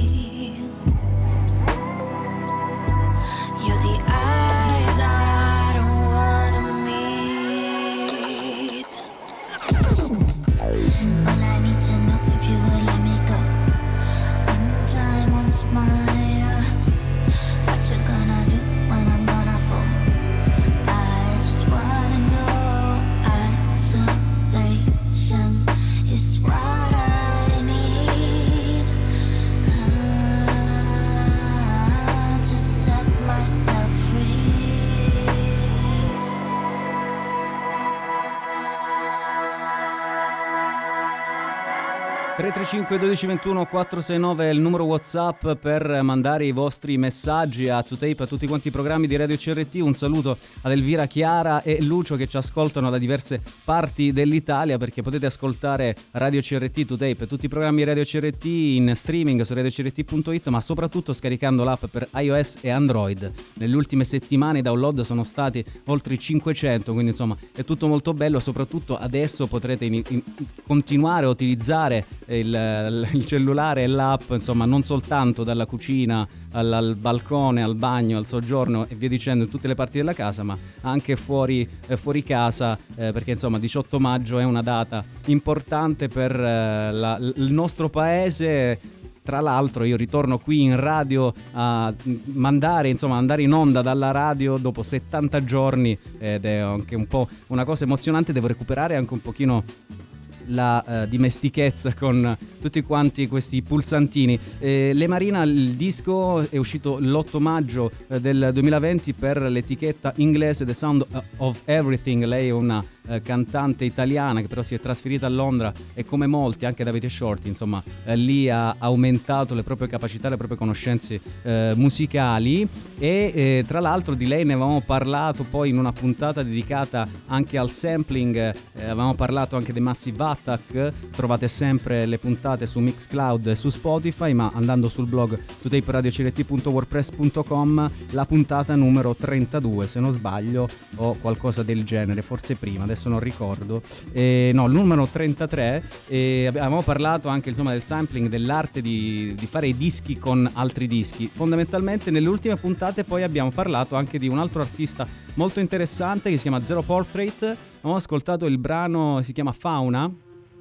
tre tre cinque uno due due uno quattro sei nove è il numero WhatsApp per mandare i vostri messaggi a TwoTape, a tutti quanti i programmi di Radio C R T. Un saluto ad Elvira, Chiara e Lucio che ci ascoltano da diverse parti dell'Italia, perché potete ascoltare Radio C R T, TwoTape e tutti i programmi Radio C R T in streaming su radio c r t punto it, ma soprattutto scaricando l'app per iOS e Android. Nelle ultime settimane i download sono stati oltre cinquecento, quindi insomma è tutto molto bello. Soprattutto adesso potrete in, in, continuare a utilizzare Il, il cellulare e l'app, insomma, non soltanto dalla cucina al, al balcone, al bagno, al soggiorno e via dicendo, in tutte le parti della casa, ma anche fuori, eh, fuori casa, eh, perché insomma diciotto maggio è una data importante per eh, la, il nostro paese. Tra l'altro io ritorno qui in radio a mandare, insomma, andare in onda dalla radio dopo settanta giorni ed è anche un po' una cosa emozionante. Devo recuperare anche un pochino la uh, dimestichezza con tutti quanti questi pulsantini. eh, Le Marina, il disco è uscito l'otto maggio eh, del duemilaventi per l'etichetta inglese The Sound of Everything. Lei è una eh, cantante italiana che però si è trasferita a Londra e come molti, anche Davide Shorty, insomma eh, lì ha aumentato le proprie capacità, le proprie conoscenze eh, musicali e eh, tra l'altro di lei ne avevamo parlato poi in una puntata dedicata anche al sampling. eh, avevamo parlato anche dei Massive Attack. Trovate sempre le puntate su Mixcloud e su Spotify, ma andando sul blog two tape radio c r t punto wordpress punto com la puntata numero trentadue, se non sbaglio, o qualcosa del genere, forse prima, adesso non ricordo, e, no, il numero trentatré. E avevamo parlato anche insomma del sampling, dell'arte di, di fare i dischi con altri dischi. Fondamentalmente nelle ultime puntate poi abbiamo parlato anche di un altro artista molto interessante che si chiama Zero Portrait. Abbiamo ascoltato il brano, si chiama Fauna,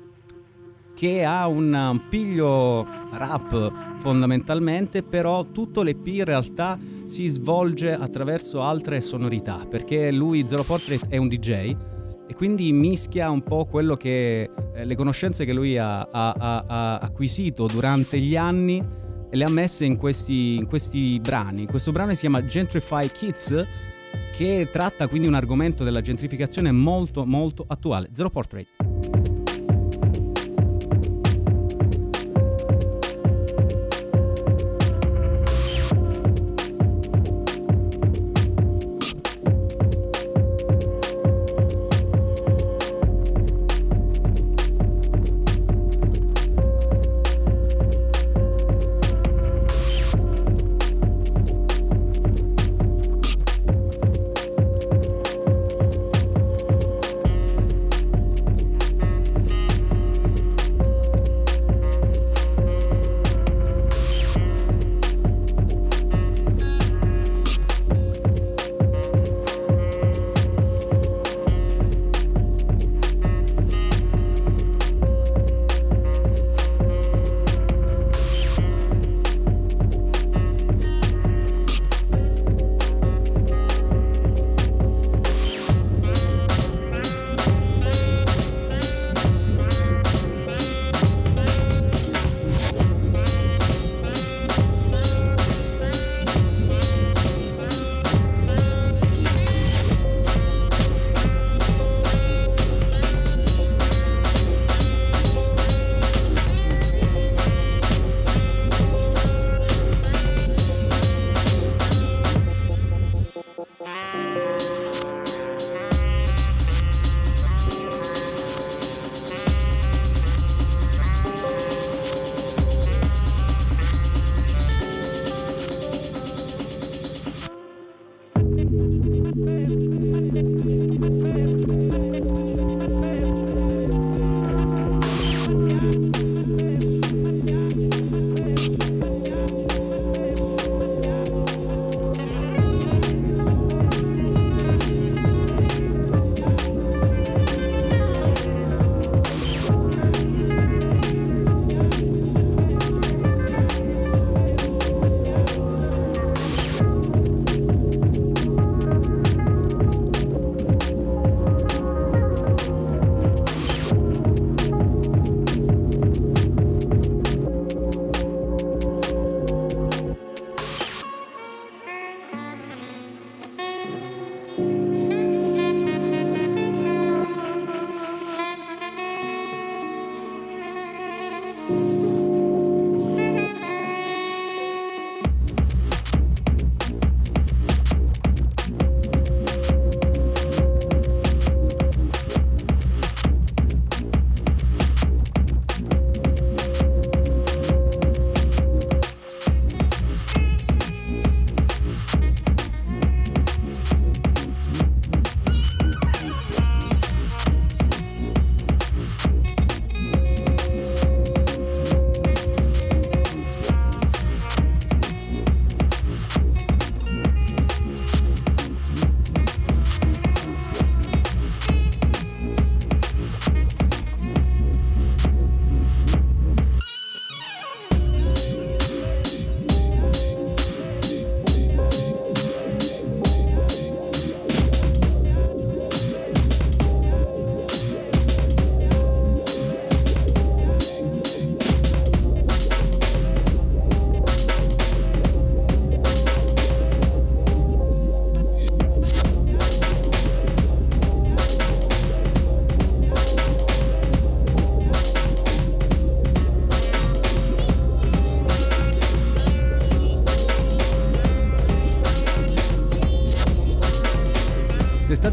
che ha un piglio rap fondamentalmente, però tutto l'E P in realtà si svolge attraverso altre sonorità, perché lui, Zero Portrait, è un D J e quindi mischia un po' quello che eh, le conoscenze che lui ha, ha, ha, ha acquisito durante gli anni e le ha messe in questi, in questi brani. Questo brano si chiama Gentrify Kids, che tratta quindi un argomento della gentrificazione molto molto attuale. Zero Portrait.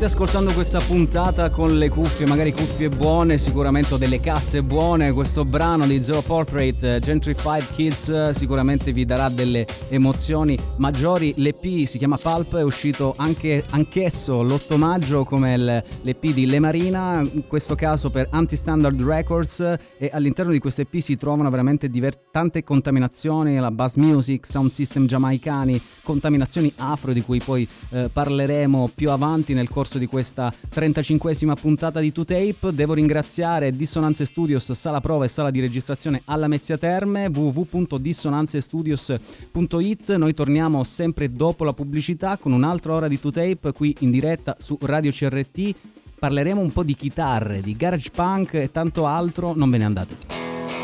state ascoltando questa puntata con le cuffie, magari cuffie buone, sicuramente delle casse buone, questo brano di Zero Portrait, Gentrified Kids, sicuramente vi darà delle emozioni maggiori. L'E P si chiama Pulp, è uscito anche anch'esso l'otto maggio come l'E P di Le Marina, in questo caso per Anti-Standard Records, e all'interno di questo E P si trovano veramente diver- tante contaminazioni, la bass music, sound system giamaicani, contaminazioni afro di cui poi eh, parleremo più avanti nel corso di questa trentacinquesima puntata di Two Tape. Devo ringraziare Dissonanze Studios, sala prova e sala di registrazione alla Mezzia Terme, w w w punto dissonanze studios punto i t. Noi torniamo sempre dopo la pubblicità con un'altra ora di Two Tape qui in diretta su Radio C R T. Parleremo un po' di chitarre, di garage punk e tanto altro, non ve ne andate.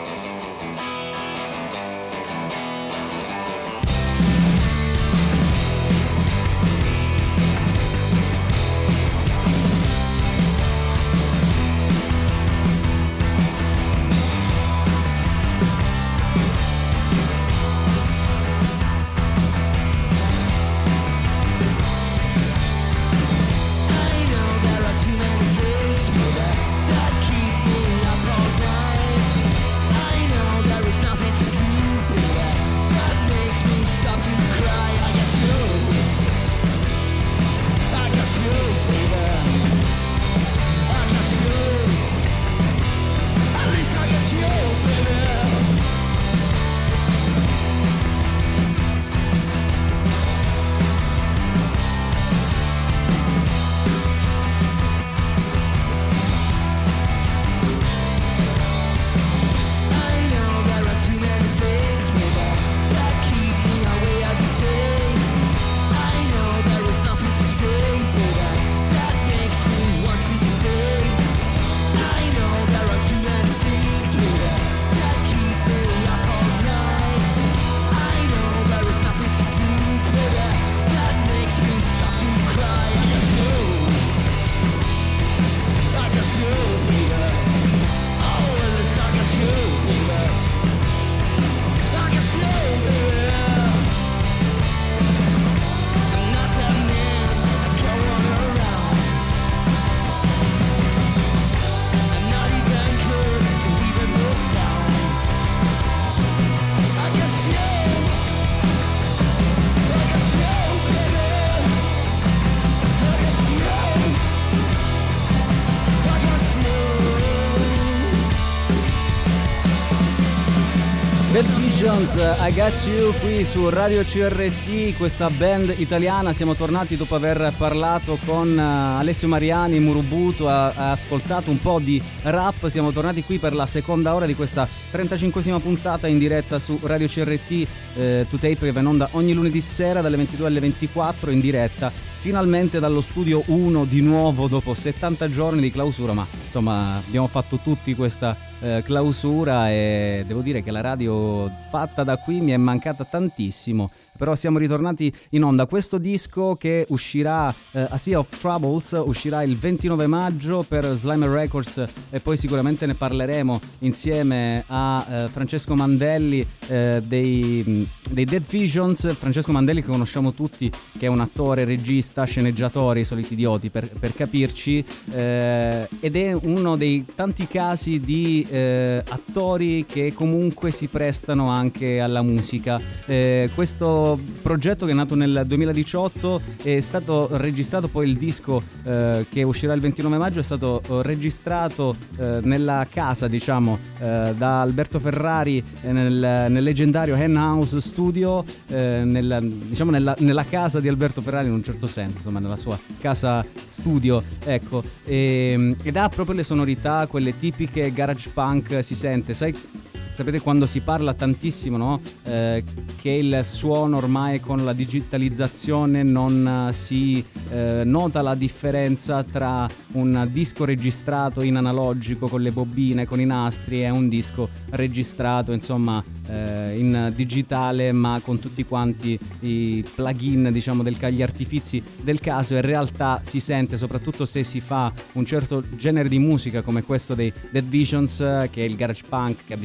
I Got You qui su Radio C R T, questa band italiana. Siamo tornati dopo aver parlato con Alessio Mariani, Murubutu, ha, ha ascoltato un po' di rap. Siamo tornati qui per la seconda ora di questa trentacinquesima puntata in diretta su Radio C R T, eh, Two Tape, che va in onda ogni lunedì sera dalle ventidue alle ventiquattro in diretta, finalmente dallo studio uno di nuovo dopo settanta giorni di clausura, ma insomma abbiamo fatto tutti questa eh, clausura e devo dire che la radio fatta da qui mi è mancata tantissimo, però siamo ritornati in onda. Questo disco che uscirà, eh, A Sea of Troubles, uscirà il ventinove maggio per Slimer Records e poi sicuramente ne parleremo insieme a eh, Francesco Mandelli eh, dei, dei Dead Visions. Francesco Mandelli che conosciamo tutti, che è un attore, regista, sceneggiatore, i soliti idioti per, per capirci, eh, ed è uno dei tanti casi di eh, attori che comunque si prestano anche alla musica. Eh, questo progetto, che è nato nel duemiladiciotto, è stato registrato, poi il disco eh, che uscirà il ventinove maggio è stato eh, registrato eh, nella casa, diciamo, eh, da Alberto Ferrari eh, nel, nel leggendario Henhouse Studio, eh, nel, diciamo nella, nella casa di Alberto Ferrari in un certo senso, insomma nella sua casa studio, ecco, e, ed ha proprio le sonorità, quelle tipiche garage punk. Si sente, sai, sapete quando si parla tantissimo, no? Eh, che il suono ormai con la digitalizzazione non uh, si eh, nota la differenza tra un disco registrato in analogico con le bobine, con i nastri, e un disco registrato insomma eh, in digitale ma con tutti quanti i plugin, diciamo, del, gli artifizi del caso. In realtà si sente, soprattutto se si fa un certo genere di musica come questo dei Dead Visions, che è il garage punk, che ha bisogno di chitarra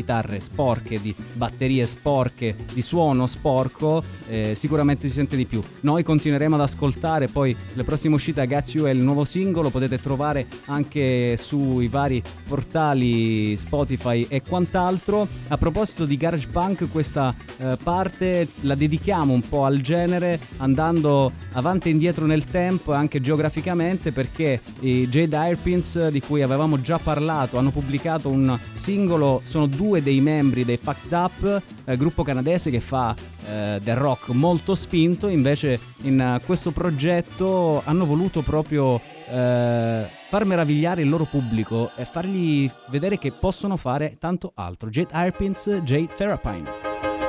chitarre sporche, di batterie sporche, di suono sporco, eh, sicuramente si sente di più. Noi continueremo ad ascoltare poi le prossime uscite. Got You è il nuovo singolo, potete trovare anche sui vari portali Spotify e quant'altro. A proposito di garage punk, questa eh, parte la dedichiamo un po' al genere, andando avanti e indietro nel tempo e anche geograficamente, perché i Jade Hairpins, di cui avevamo già parlato, hanno pubblicato un singolo. Sono due dei membri dei Fucked Up, eh, gruppo canadese che fa eh, del rock molto spinto. Invece in uh, questo progetto hanno voluto proprio eh, far meravigliare il loro pubblico e fargli vedere che possono fare tanto altro. Jade Hairpins, J Therapine.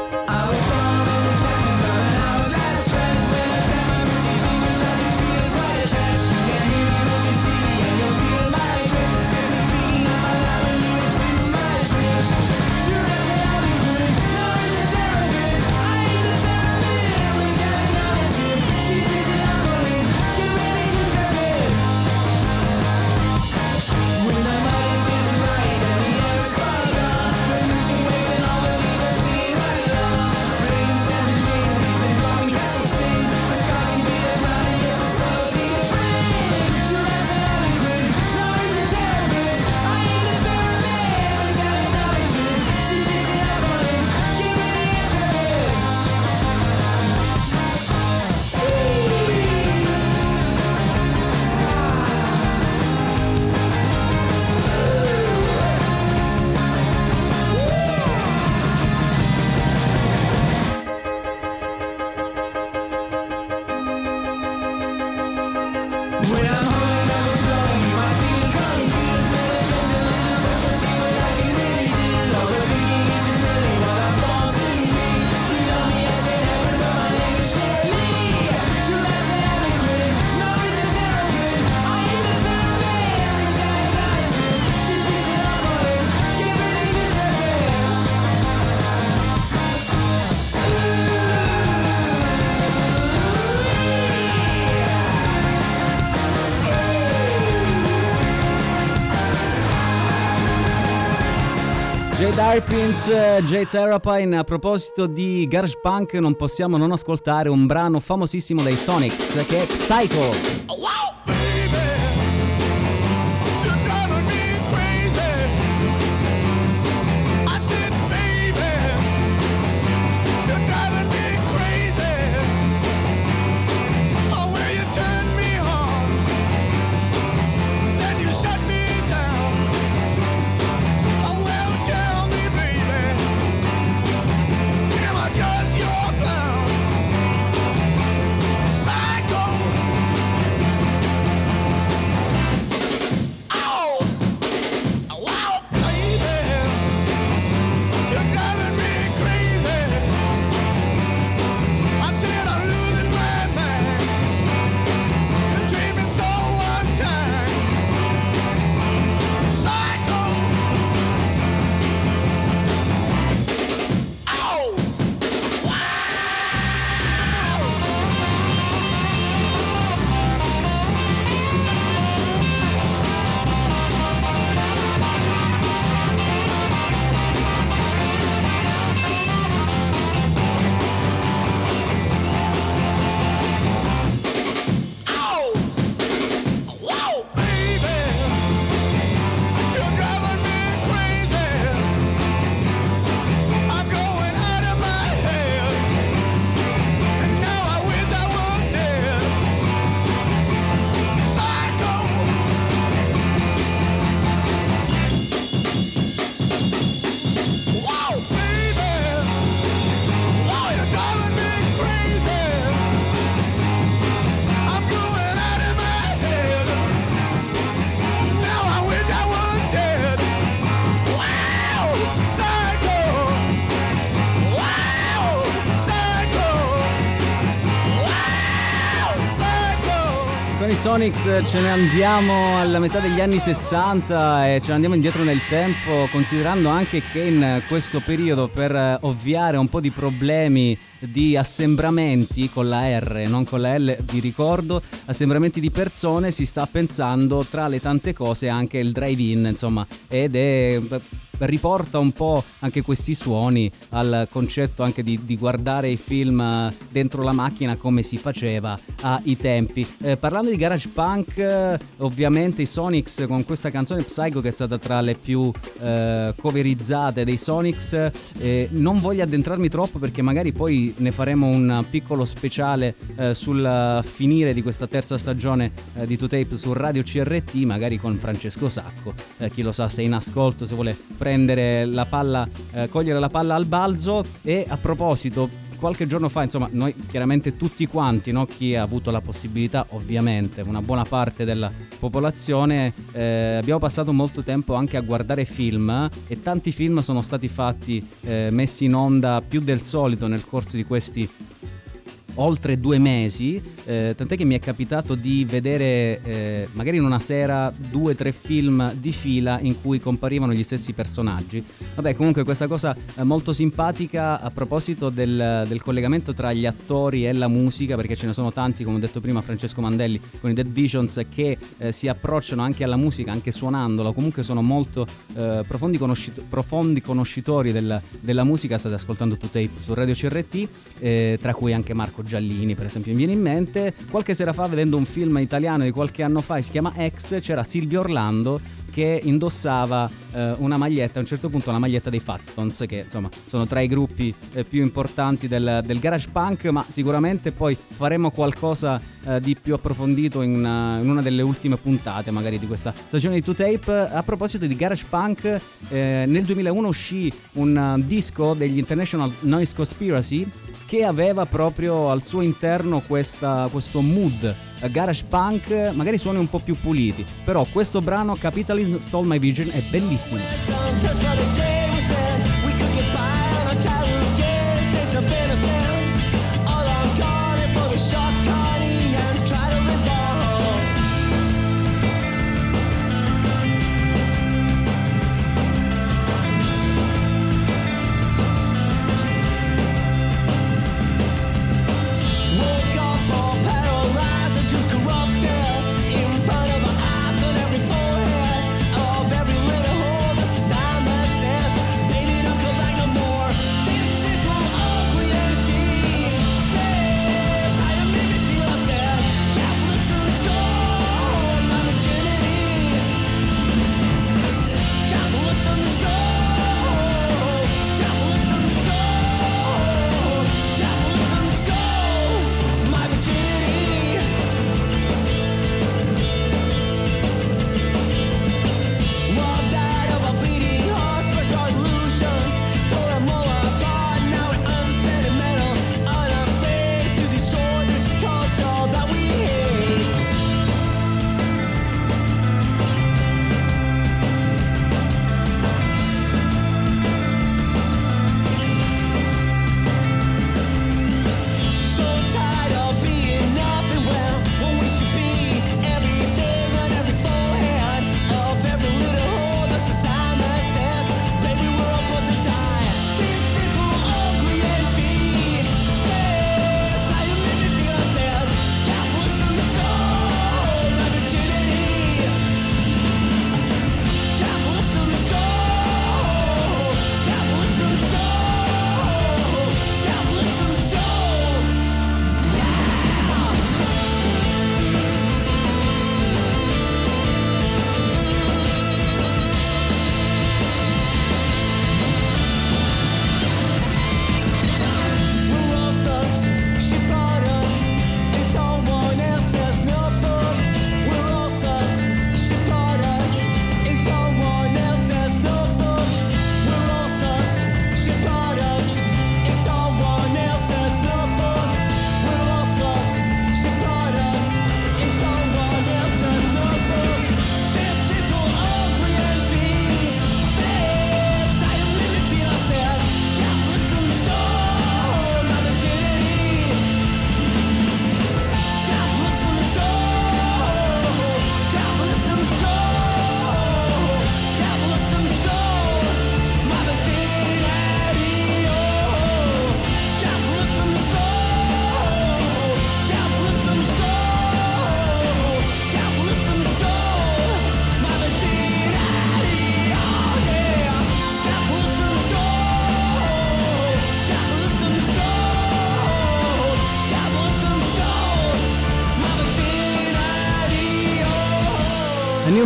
Jade Hairpins, J Therapine. A proposito di garage punk, non possiamo non ascoltare un brano famosissimo dei Sonics, che è Psycho. Sonics ce ne andiamo alla metà degli anni sessanta e ce ne andiamo indietro nel tempo, considerando anche che in questo periodo, per ovviare un po' di problemi di assembramenti con la R, non con la L, vi ricordo, assembramenti di persone, si sta pensando tra le tante cose anche il drive-in, insomma, ed è riporta un po' anche questi suoni al concetto anche di, di guardare i film dentro la macchina come si faceva ai tempi. Eh, parlando di garage punk, eh, ovviamente i Sonics con questa canzone Psycho, che è stata tra le più eh, coverizzate dei Sonics, eh, non voglio addentrarmi troppo perché magari poi ne faremo un piccolo speciale eh, sul finire di questa terza stagione eh, di two tape su Radio C R T, magari con Francesco Sacco, eh, chi lo sa, se in ascolto, se vuole prendere la palla, eh, cogliere la palla al balzo. E a proposito, qualche giorno fa, insomma, noi chiaramente tutti quanti, no? Chi ha avuto la possibilità, ovviamente una buona parte della popolazione, eh, abbiamo passato molto tempo anche a guardare film, e tanti film sono stati fatti, eh, messi in onda più del solito nel corso di questi oltre due mesi, eh, tant'è che mi è capitato di vedere eh, magari in una sera due o tre film di fila in cui comparivano gli stessi personaggi. Vabbè, comunque questa cosa è molto simpatica a proposito del, del collegamento tra gli attori e la musica, perché ce ne sono tanti, come ho detto prima, Francesco Mandelli con i Dead Visions, che eh, si approcciano anche alla musica, anche suonandola, comunque sono molto eh, profondi, conoscit- profondi conoscitori del, della musica. State ascoltando two tape su Radio C R T, eh, tra cui anche Marco Giallini, per esempio, mi viene in mente. Qualche sera fa, vedendo un film italiano di qualche anno fa, si chiama Ex, c'era Silvio Orlando che indossava eh, una maglietta, a un certo punto la maglietta dei Fatstones, che insomma sono tra i gruppi eh, più importanti del, del garage punk, ma sicuramente poi faremo qualcosa eh, di più approfondito in una, in una delle ultime puntate magari di questa stagione di two tape. A proposito di garage punk, eh, nel duemilauno uscì un uh, disco degli International Noise Conspiracy che aveva proprio al suo interno questa, questo mood garage punk, magari suoni un po' più puliti, però questo brano Capitalism Stole My Vision è bellissimo. This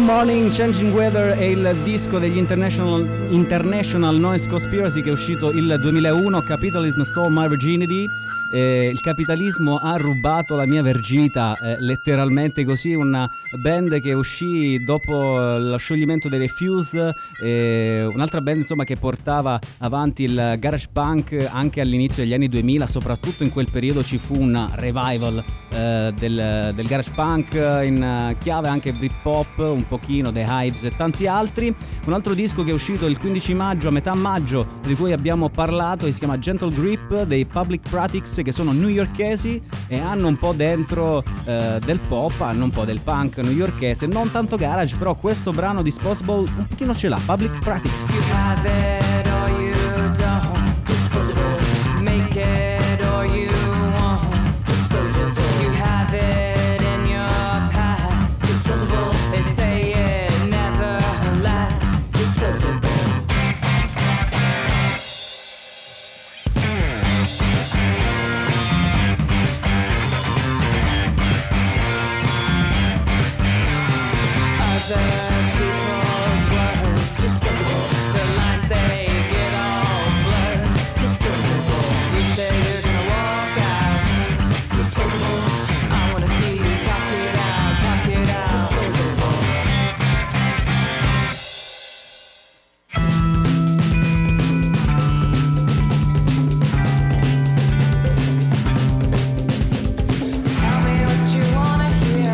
Morning, Changing Weather è il disco degli International, International Noise Conspiracy che è uscito il duemilauno. Capitalism Stole My Virginity. Eh, il capitalismo ha rubato la mia verginità, eh, letteralmente così. Una band che uscì dopo lo scioglimento dei Refused, eh, un'altra band insomma che portava avanti il garage punk anche all'inizio degli anni duemila. Soprattutto in quel periodo ci fu un revival eh, del, del garage punk in chiave anche Britpop, un pochino The Hives e tanti altri. Un altro disco che è uscito il quindici maggio, a metà maggio, di cui abbiamo parlato, si chiama Gentle Grip dei Public Practice, che sono newyorkesi e hanno un po' dentro eh, del pop, hanno un po' del punk newyorkese, non tanto garage, però questo brano Disposable un pochino ce l'ha. Public Practice. You have it or you don't. Disposable. Make it or you won't. Disposable. You have it in your past. Disposable. They say it never lasts. Disposable. People's words, disposable. The lines they get all blurred, disposable. You say you're gonna walk out, disposable. I wanna see you talk it out, talk it out, disposable. Tell me what you wanna hear.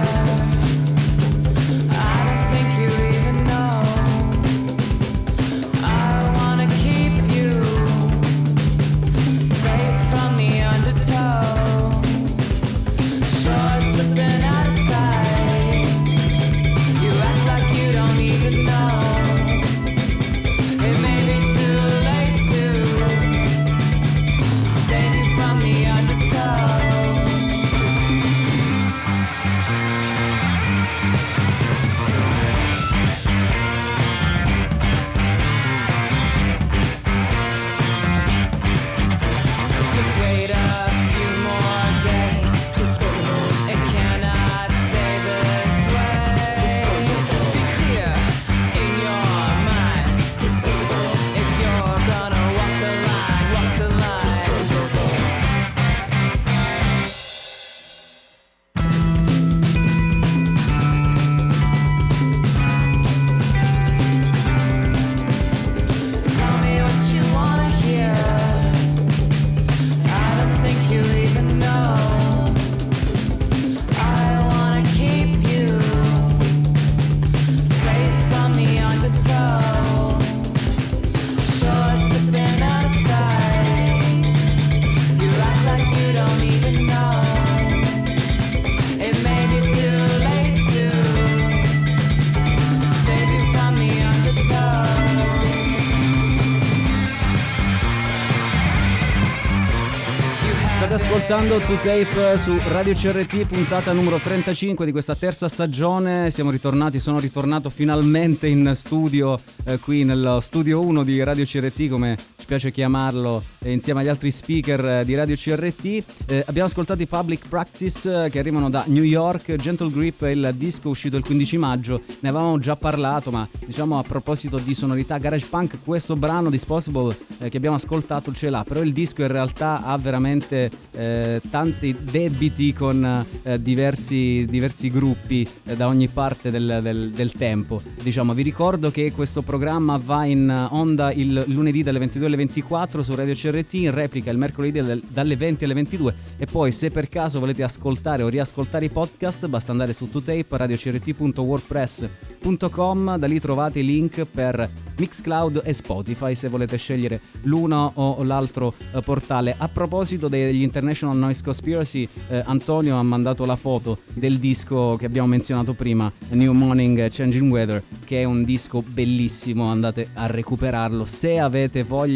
Ascoltando To Tape su Radio C R T, puntata numero trentacinque di questa terza stagione. Siamo ritornati, sono ritornato finalmente in studio, eh, qui nello studio uno di Radio C R T, come ci piace chiamarlo, eh, insieme agli altri speaker eh, di Radio C R T. Eh, abbiamo ascoltato i Public Practice eh, che arrivano da New York. Gentle Grip è il disco uscito il quindici maggio, ne avevamo già parlato, ma diciamo a proposito di sonorità garage punk, questo brano Disposable eh, che abbiamo ascoltato ce l'ha, però il disco in realtà ha veramente eh, tanti debiti con eh, diversi, diversi gruppi eh, da ogni parte del, del, del tempo. Diciamo, vi ricordo che questo programma va in onda il lunedì dalle ventidue alle ventiquattro su Radio C R T, in replica il mercoledì del, dalle venti alle ventidue, e poi se per caso volete ascoltare o riascoltare i podcast basta andare su To Tape, radio c r t punto wordpress punto com. Da lì trovate i link per Mixcloud e Spotify se volete scegliere l'uno o l'altro eh, portale. A proposito degli International Noise Conspiracy, eh, Antonio ha mandato la foto del disco che abbiamo menzionato prima, New Morning, Changing Weather, che è un disco bellissimo, andate a recuperarlo se avete voglia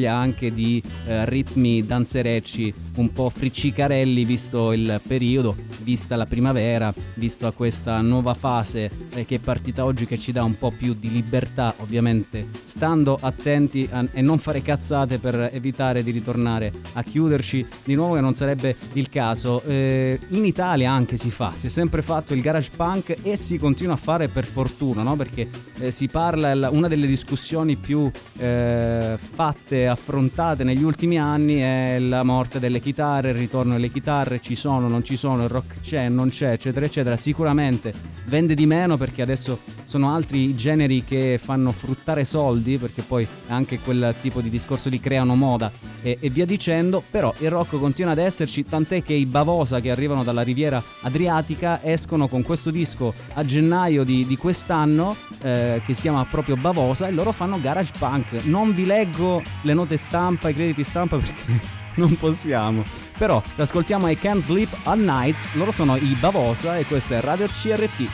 voglia anche di eh, ritmi danzerecci un po' friccicarelli, visto il periodo, vista la primavera, vista questa nuova fase eh, che è partita oggi, che ci dà un po' più di libertà, ovviamente stando attenti a, e non fare cazzate per evitare di ritornare a chiuderci di nuovo, che non sarebbe il caso. Eh, in Italia anche si fa, si è sempre fatto il garage punk e si continua a fare, per fortuna, no? Perché eh, si parla, una delle discussioni più eh, fatte, affrontate negli ultimi anni è la morte delle chitarre, il ritorno delle chitarre, ci sono, non ci sono, il rock c'è, non c'è, eccetera eccetera. Sicuramente vende di meno perché adesso sono altri i generi che fanno fruttare soldi, perché poi è anche quel tipo di discorso di creano moda e, e via dicendo, però il rock continua ad esserci, tant'è che i Bavosa, che arrivano dalla riviera adriatica, escono con questo disco a gennaio di, di quest'anno eh, che si chiama proprio Bavosa, e loro fanno garage punk. Non vi leggo le note stampa, i crediti stampa, perché non possiamo, però ascoltiamo I Can't Sleep at Night, loro sono i Bavosa e questa è Radio C R T.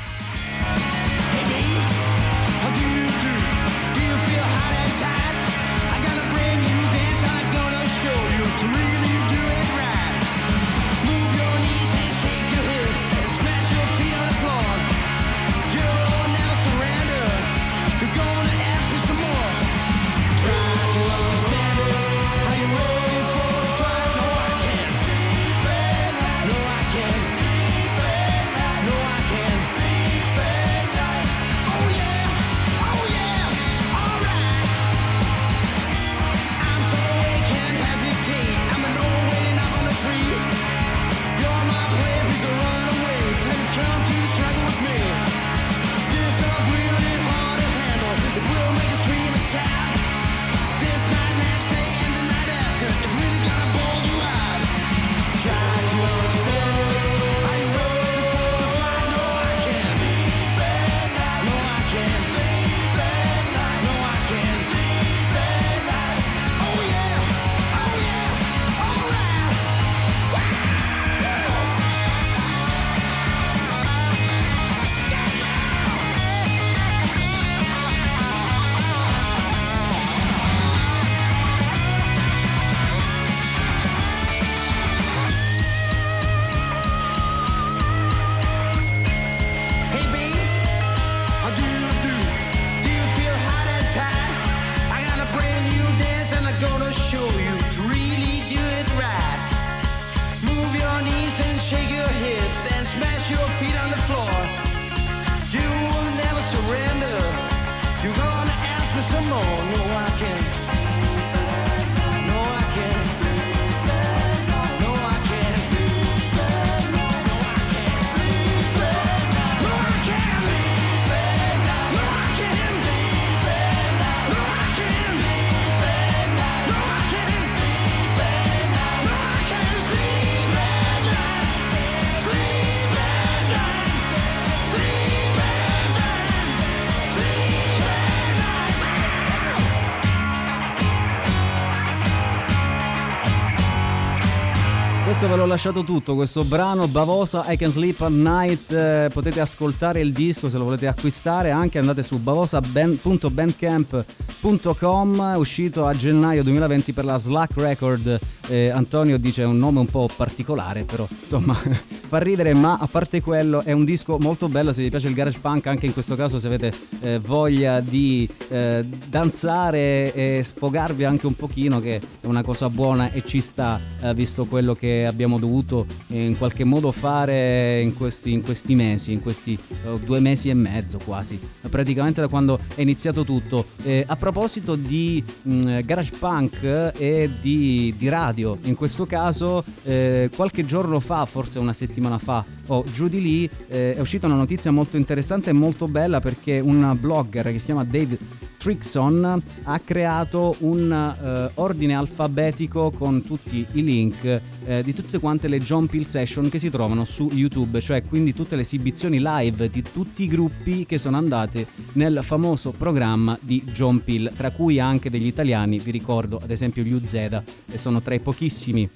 Questo ve l'ho lasciato tutto, questo brano Bavosa I Can Sleep at Night. Eh, potete ascoltare il disco se lo volete acquistare, anche andate su bavosa punto bandcamp punto com, uscito a gennaio duemilaventi per la Slack Record. eh, Antonio dice un nome un po' particolare, però insomma fa ridere, ma a parte quello è un disco molto bello. Se vi piace il garage punk, anche in questo caso, se avete eh, voglia di eh, danzare e sfogarvi anche un pochino, che è una cosa buona e ci sta, eh, visto quello che abbiamo dovuto eh, in qualche modo fare in questi, in questi mesi, in questi uh, due mesi e mezzo quasi, praticamente da quando è iniziato tutto. Eh, a proposito di mh, garage punk e di, di radio, in questo caso eh, qualche giorno fa, forse una settimana fa o oh, giù di lì, eh, è uscita una notizia molto interessante e molto bella, perché un blogger che si chiama Dave Trickson ha creato un uh, ordine alfabetico con tutti i link eh, di tutte quante le John Peel Session che si trovano su YouTube, cioè quindi tutte le esibizioni live di tutti i gruppi che sono andati nel famoso programma di John Peel, tra cui anche degli italiani. Vi ricordo ad esempio gli U Z, e sono tra i pochissimi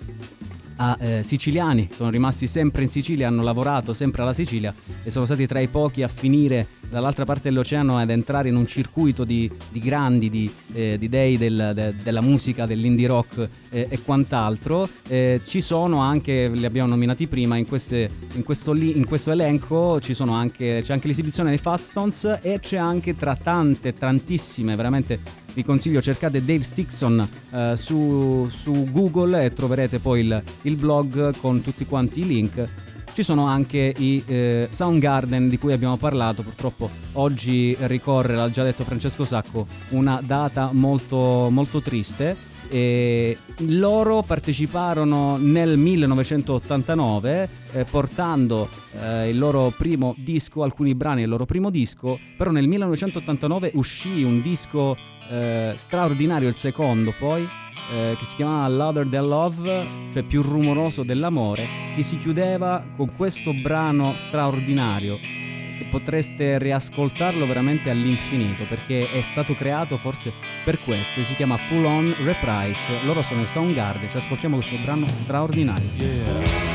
a eh, siciliani, sono rimasti sempre in Sicilia, hanno lavorato sempre alla Sicilia e sono stati tra i pochi a finire dall'altra parte dell'oceano ed entrare in un circuito di, di grandi di, eh, di dei del, de, della musica, dell'indie rock eh, e quant'altro. Eh, ci sono anche, li abbiamo nominati prima, in, queste, in, questo, li, in questo elenco ci sono anche, c'è anche l'esibizione dei Faststones e c'è anche, tra tante, tantissime, veramente vi consiglio, cercate Dave Stickson eh, su, su Google e troverete poi il, il blog con tutti quanti i link. Ci sono anche i eh, Soundgarden di cui abbiamo parlato. Purtroppo oggi ricorre, l'ha già detto Francesco Sacco, una data molto, molto triste. E loro parteciparono nel millenovecentottantanove eh, portando eh, il loro primo disco, alcuni brani del loro primo disco, però nel millenovecentottantanove uscì un disco eh, straordinario, il secondo poi, eh, che si chiamava Louder Than Love, cioè più rumoroso dell'amore, che si chiudeva con questo brano straordinario che potreste riascoltarlo veramente all'infinito, perché è stato creato forse per questo, si chiama Full On Reprise. Loro sono i Soundgarden, ci ascoltiamo questo brano straordinario. Yeah.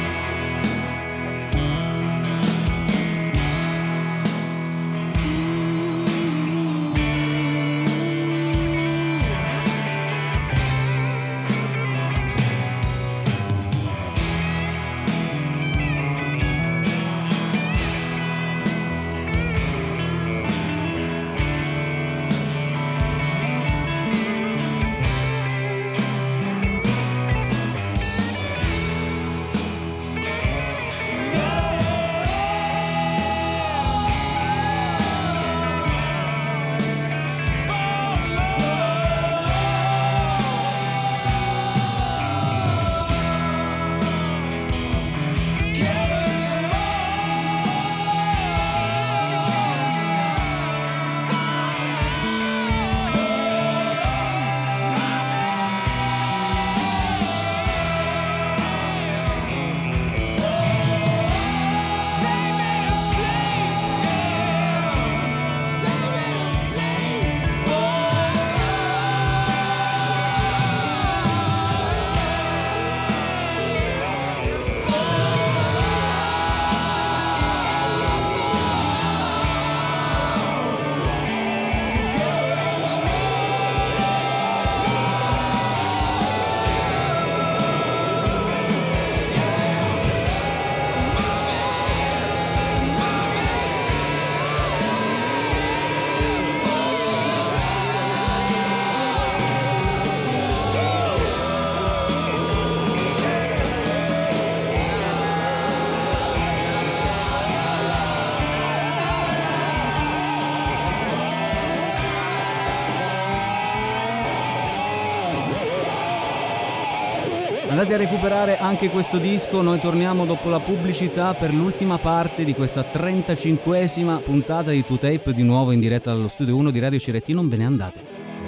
Andate a recuperare anche questo disco, noi torniamo dopo la pubblicità per l'ultima parte di questa trentacinquesima puntata di two tape, di nuovo in diretta dallo studio uno di Radio C R T, non ve ne andate.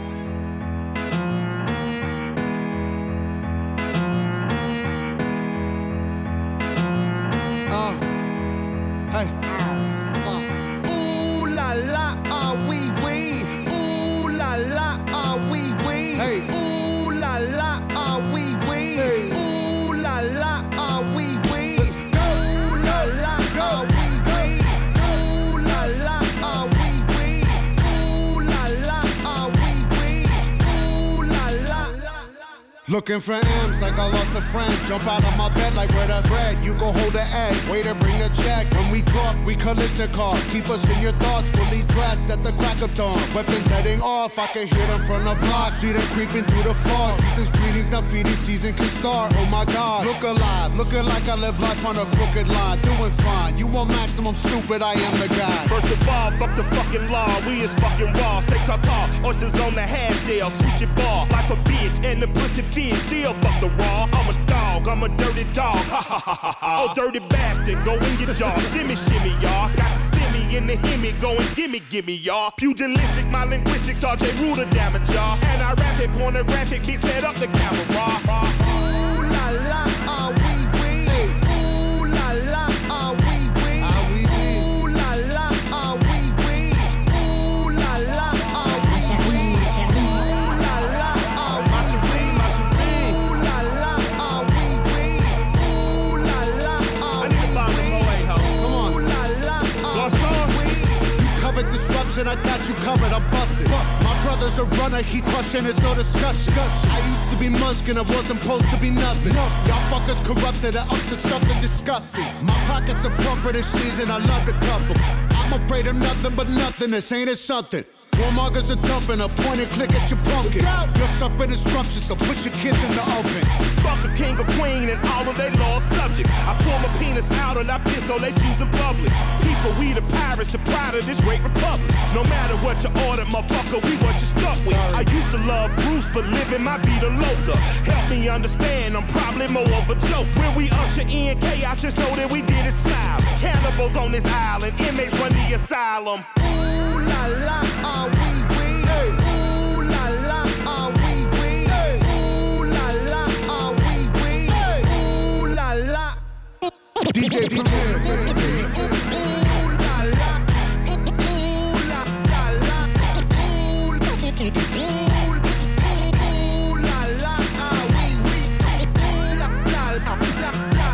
Looking for M's like I lost a friend. Jump out of my bed like where the bread. You go hold the egg, waiter bring the check. When we talk, we Kalishnikov. Keep us in your thoughts, fully dressed at the crack of dawn. Weapons letting off, I can hear them from the block. See them creeping through the fog. Season's greetings, now feeding season can start. Oh my God, look alive, looking like I live life on a crooked line. Doing fine, you want maximum stupid, I am the guy. First of all, fuck the fucking law. We is fucking raw, stay ta-ta. Oysters on the half shell, sushi bar. Like a bitch and the pussy fish. Still fuck the raw, I'm a dog, I'm a dirty dog, ha ha ha ha ha. Oh dirty bastard, go in your jaw, shimmy shimmy y'all. Got the simmy in the hemi, go and gimme gimme y'all. Pugilistic, my linguistics, R J Ruler damage y'all. And I rap it, pornographic, bitch set up the camera. Ooh la la, ah wee wee. Ooh la la, ah wee wee. Ooh la la, ah wee wee. Ooh la la, ah wee wee. Ooh la la, ah wee wee. runner, he crushing, there's no discussion. I used to be muskin', I wasn't supposed to be nothing. Y'all fuckers corrupted, I up to something disgusting. My pockets are plumper this season, I love the couple. I'm afraid of nothing but nothing, this ain't it something. Warmongers are dumping, a point and click at your pumpkin. You're suffering disruption, so put your kids in the oven. Fuck a king or queen and all of they lost subjects. I pull my penis out and I piss on they shoes in public. People, we the pirates, the pride of this great republic. No matter what you order, motherfucker, we what you stuck with. I used to love Bruce, but living my vida loca. Help me understand, I'm probably more of a joke. When we usher in chaos, just know that we did it smile. Cannibals on this island, inmates run the asylum. Ooh la la, ah wee wee. Ooh la la, ah wee wee. Ooh la la, ah wee wee. Ooh la la. D J, D J. Ooh la la. Ooh la la la. Ooh la la, ah wee wee. Ooh la la la la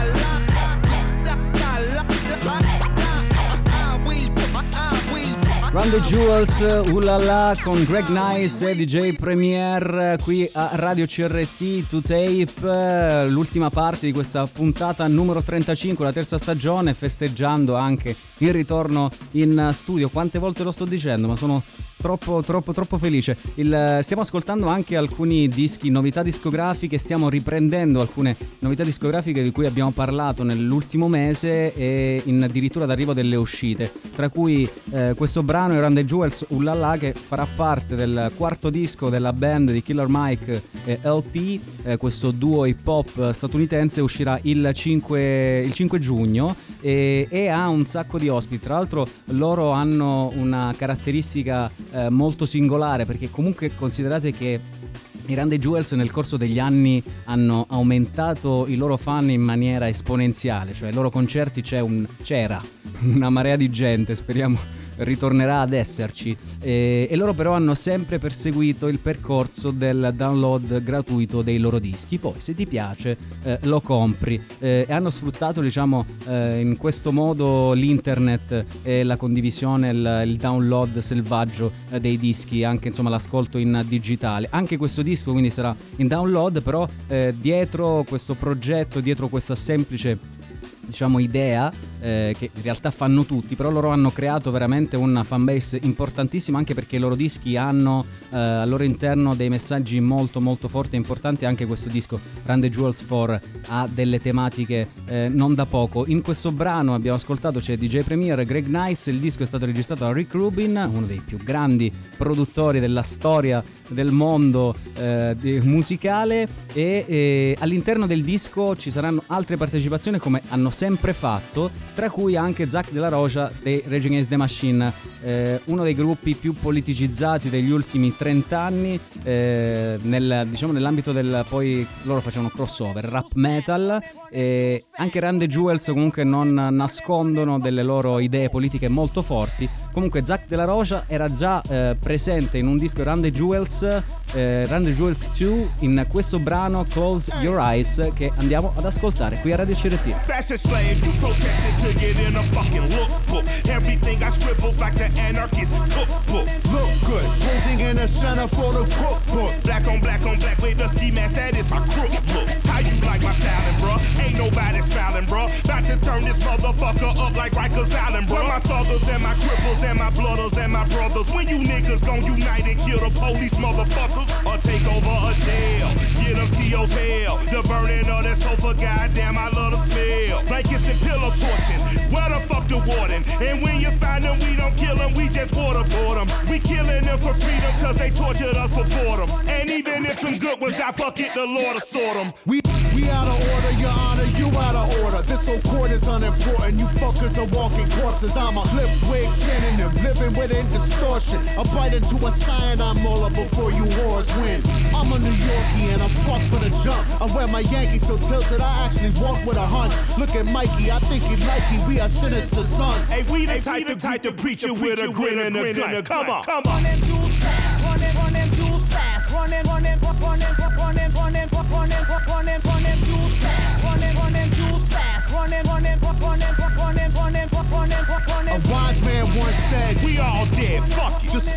Run the Jewels, Ulala con Greg Nice e D J Premier qui a Radio C R T to Tape, l'ultima parte di questa puntata numero trentacinque, la terza stagione, festeggiando anche il ritorno in studio. Quante volte lo sto dicendo, ma sono troppo troppo troppo felice. Il, stiamo ascoltando anche alcuni dischi, novità discografiche, stiamo riprendendo alcune novità discografiche di cui abbiamo parlato nell'ultimo mese e in addirittura d'arrivo delle uscite, tra cui eh, questo brano Run the Jewels, Ulala, che farà parte del quarto disco della band di Killer Mike e L P, eh, questo duo hip hop statunitense. Uscirà il cinque, il cinque giugno e, e ha un sacco di ospiti. Tra l'altro loro hanno una caratteristica eh, molto singolare, perché comunque considerate che i Run the Jewels nel corso degli anni hanno aumentato i loro fan in maniera esponenziale, cioè ai loro concerti c'è un, c'era una marea di gente, speriamo ritornerà ad esserci, e, e loro però hanno sempre perseguito il percorso del download gratuito dei loro dischi. Poi se ti piace eh, lo compri, eh, e hanno sfruttato, diciamo, eh, in questo modo l'internet e la condivisione, il, il download selvaggio eh, dei dischi, anche insomma l'ascolto in digitale. Anche questo disco quindi sarà in download, però eh, dietro questo progetto, dietro questa semplice, diciamo, idea eh, che in realtà fanno tutti, però loro hanno creato veramente una fanbase importantissima, anche perché i loro dischi hanno eh, al loro interno dei messaggi molto molto forti e importanti. Anche questo disco Run the Jewels quattro ha delle tematiche eh, non da poco. In questo brano abbiamo ascoltato c'è D J Premier e Greg Nice, il disco è stato registrato da Rick Rubin, uno dei più grandi produttori della storia del mondo eh, musicale, e eh, all'interno del disco ci saranno altre partecipazioni, come hanno sempre fatto, tra cui anche Zack de la Rocha dei Rage Against the Machine, eh, uno dei gruppi più politicizzati degli ultimi trenta anni, eh, nel, diciamo nell'ambito del, poi loro facevano crossover, rap metal, e anche Run the Jewels comunque non nascondono delle loro idee politiche molto forti. Comunque Zack de la Rocha era già eh, presente in un disco Run the Jewels, eh, Run the Jewels due, in questo brano Close Your Eyes, che andiamo ad ascoltare qui a Radio C R T. Fashion slave, you protested to get in a fucking lookbook. Everything I scribbled like the anarchist cookbook. Look good, posing in the center for the cookbook. Black on black on black with the ski mask, that is my crook look. How you like my styling, bruh? Ain't nobody styling, bruh. About to turn this motherfucker up like Rikers Island, bruh. My thuggers and my cripples and my blooders and my brothers. When you niggas gon' unite and kill the police, motherfuckers, or take over a jail, get them C O's hell. The burning of that sofa, goddamn, I love the smell. Blankets and pillow torching, where the fuck the warden? And when you find them, we don't kill them, we just waterboard them. We killing them for freedom, cause they tortured us for boredom. And even if some good ones die, fuck it, the Lord will sort them. We, we out of order, your honor, you out of order. This whole court is unimportant, you fuckers are walking corpses. I'm a clip wig synonym, living within distortion. I bite into a cyanide molar before you whores win. I'm a New Yorkie and I'm fucked for the jump. I wear my Yankees so tilted, I actually walk with a hunch. Look at Mikey, I think he like me, we are sinister sons. Hey, we the type, the type to preach it with a grin and a grin. Come on, come on. Run them jewels fast, run them, run them jewels fast, run them, run them, run them, run them, run them, run them, run them, run them jewels fast, run them, run them jewels fast, run them, run them, run them, run them, run them, run them, run them, run them. A wise man once said, we all dead, fuck it. Just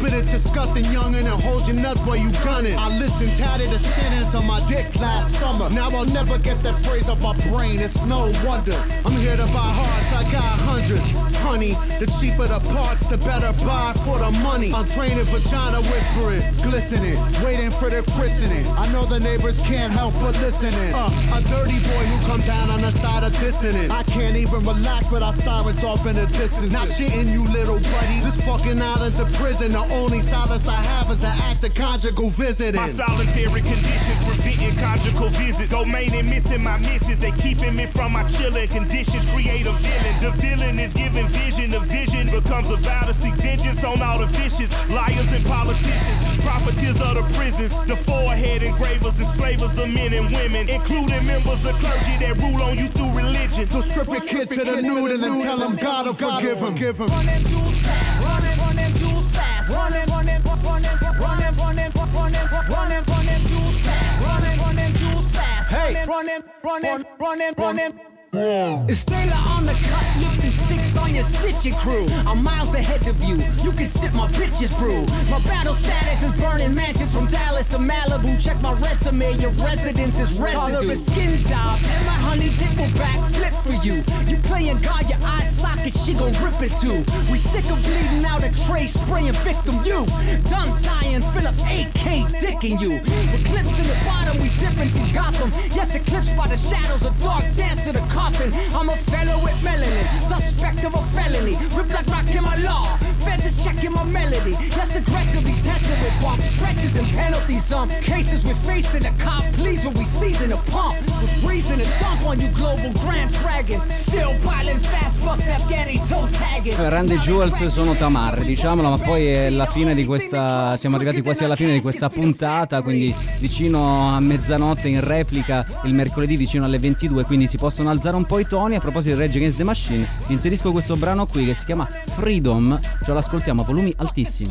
Spit it disgusting, youngin', and hold your nuts while you gunning. I listened tatted the sentence on my dick last summer. Now I'll never get that phrase off my brain, it's no wonder. I'm here to buy hearts, I got hundreds. Honey, the cheaper the parts, the better buy for the money. I'm training vagina whispering, glistening, waiting for the christening. I know the neighbors can't help but listening. Uh, a dirty boy who come down on the side of dissonance. I can't even relax without sirens off in the distance. Not shitting you, little buddy. This fucking island's a prison. The only silence I have is an act of conjugal visiting. My solitary conditions preventing conjugal visits. Domaining missing my misses. They keeping me from my chilling conditions. Create a villain. The villain is giving vision. The vision becomes a vow to seek vengeance on all the vicious liars and politicians. Profiteers of the prisons. The forehead engravers, enslavers of men and women, including members of clergy that rule on you through religion. So strip your kids to the nude and then tell them God will forgive them. Give them. Run them jewels fast, run them, run them jewels fast, run them, run them, run them, run them, run them, run them, run them, run them jewels fast, run them, run them jewels fast, hey, run them, run them, run them, run them. It's Taylor on the cut, lifting six on your stitching crew. I'm miles ahead of you, you can sip my bitches brew. My battle status is burning mansions from Dallas to Malibu. Check my resume, your residence is residue. Call her a skin job, and my honey dip will backflip for you. You playing God, your eye socket, she gon' rip it too. We sick of bleeding out a tray, spraying victim you. Done dying, Philip A K dicking you. Eclipse in the bottom, we dipping from Gotham. Yes, eclipsed by the shadows, a dark dance to the coffin. I'm a fellow with melanin, suspect of a felony. Rip like rock in my law, feds is checking my melody. Yes, aggressively tested with bump stretches and penalties. Some cases we're facing the cop, please, but we season a pump. With reason to dump on you global grand dragons. Still piling fast bucks, Afghani toe tagging. Randy Jewels sono tamarri, diciamolo, ma poi è la fine di questa. Siamo arrivati quasi alla fine di questa puntata, quindi vicino a mezzanotte in replica il mercoledì vicino alle ventidue, quindi si possono alzare un po' i toni. A proposito di Rage Against the Machine, inserisco questo brano qui che si chiama Freedom, ce l'ascoltiamo a volumi altissimi.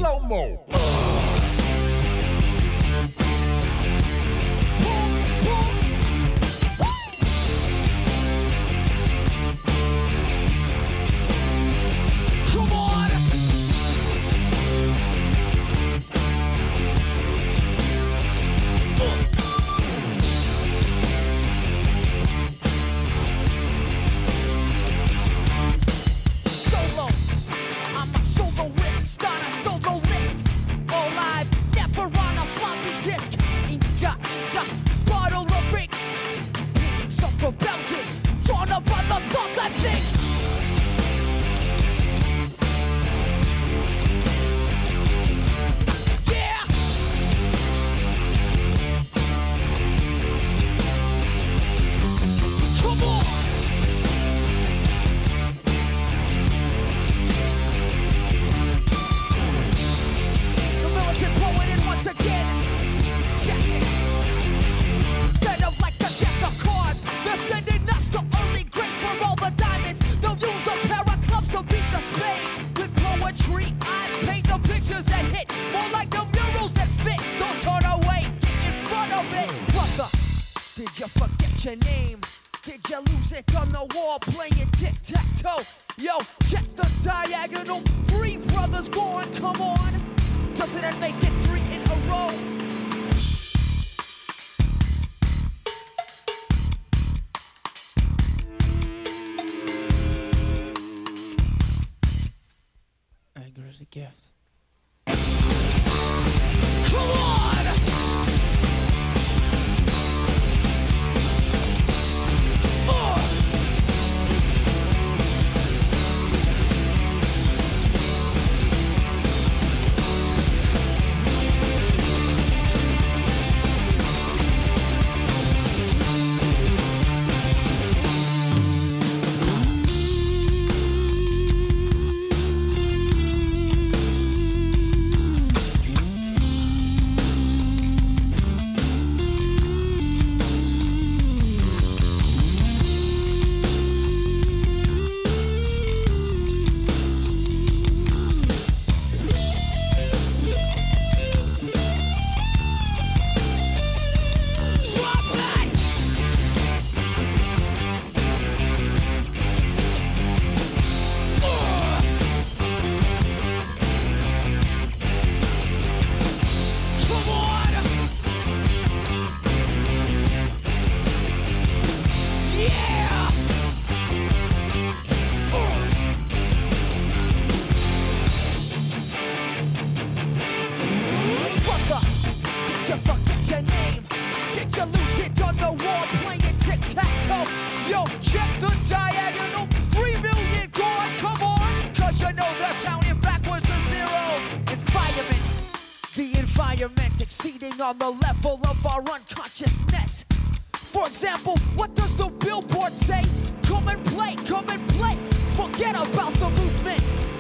You lose it on the wall playing tic-tac-toe. Yo, check the diagonal. Three million gone, come on. Cause you know they're counting backwards to zero. Environment. The environment exceeding on the level of our unconsciousness. For example, what does the billboard say? Come and play, come and play. Forget about the movement.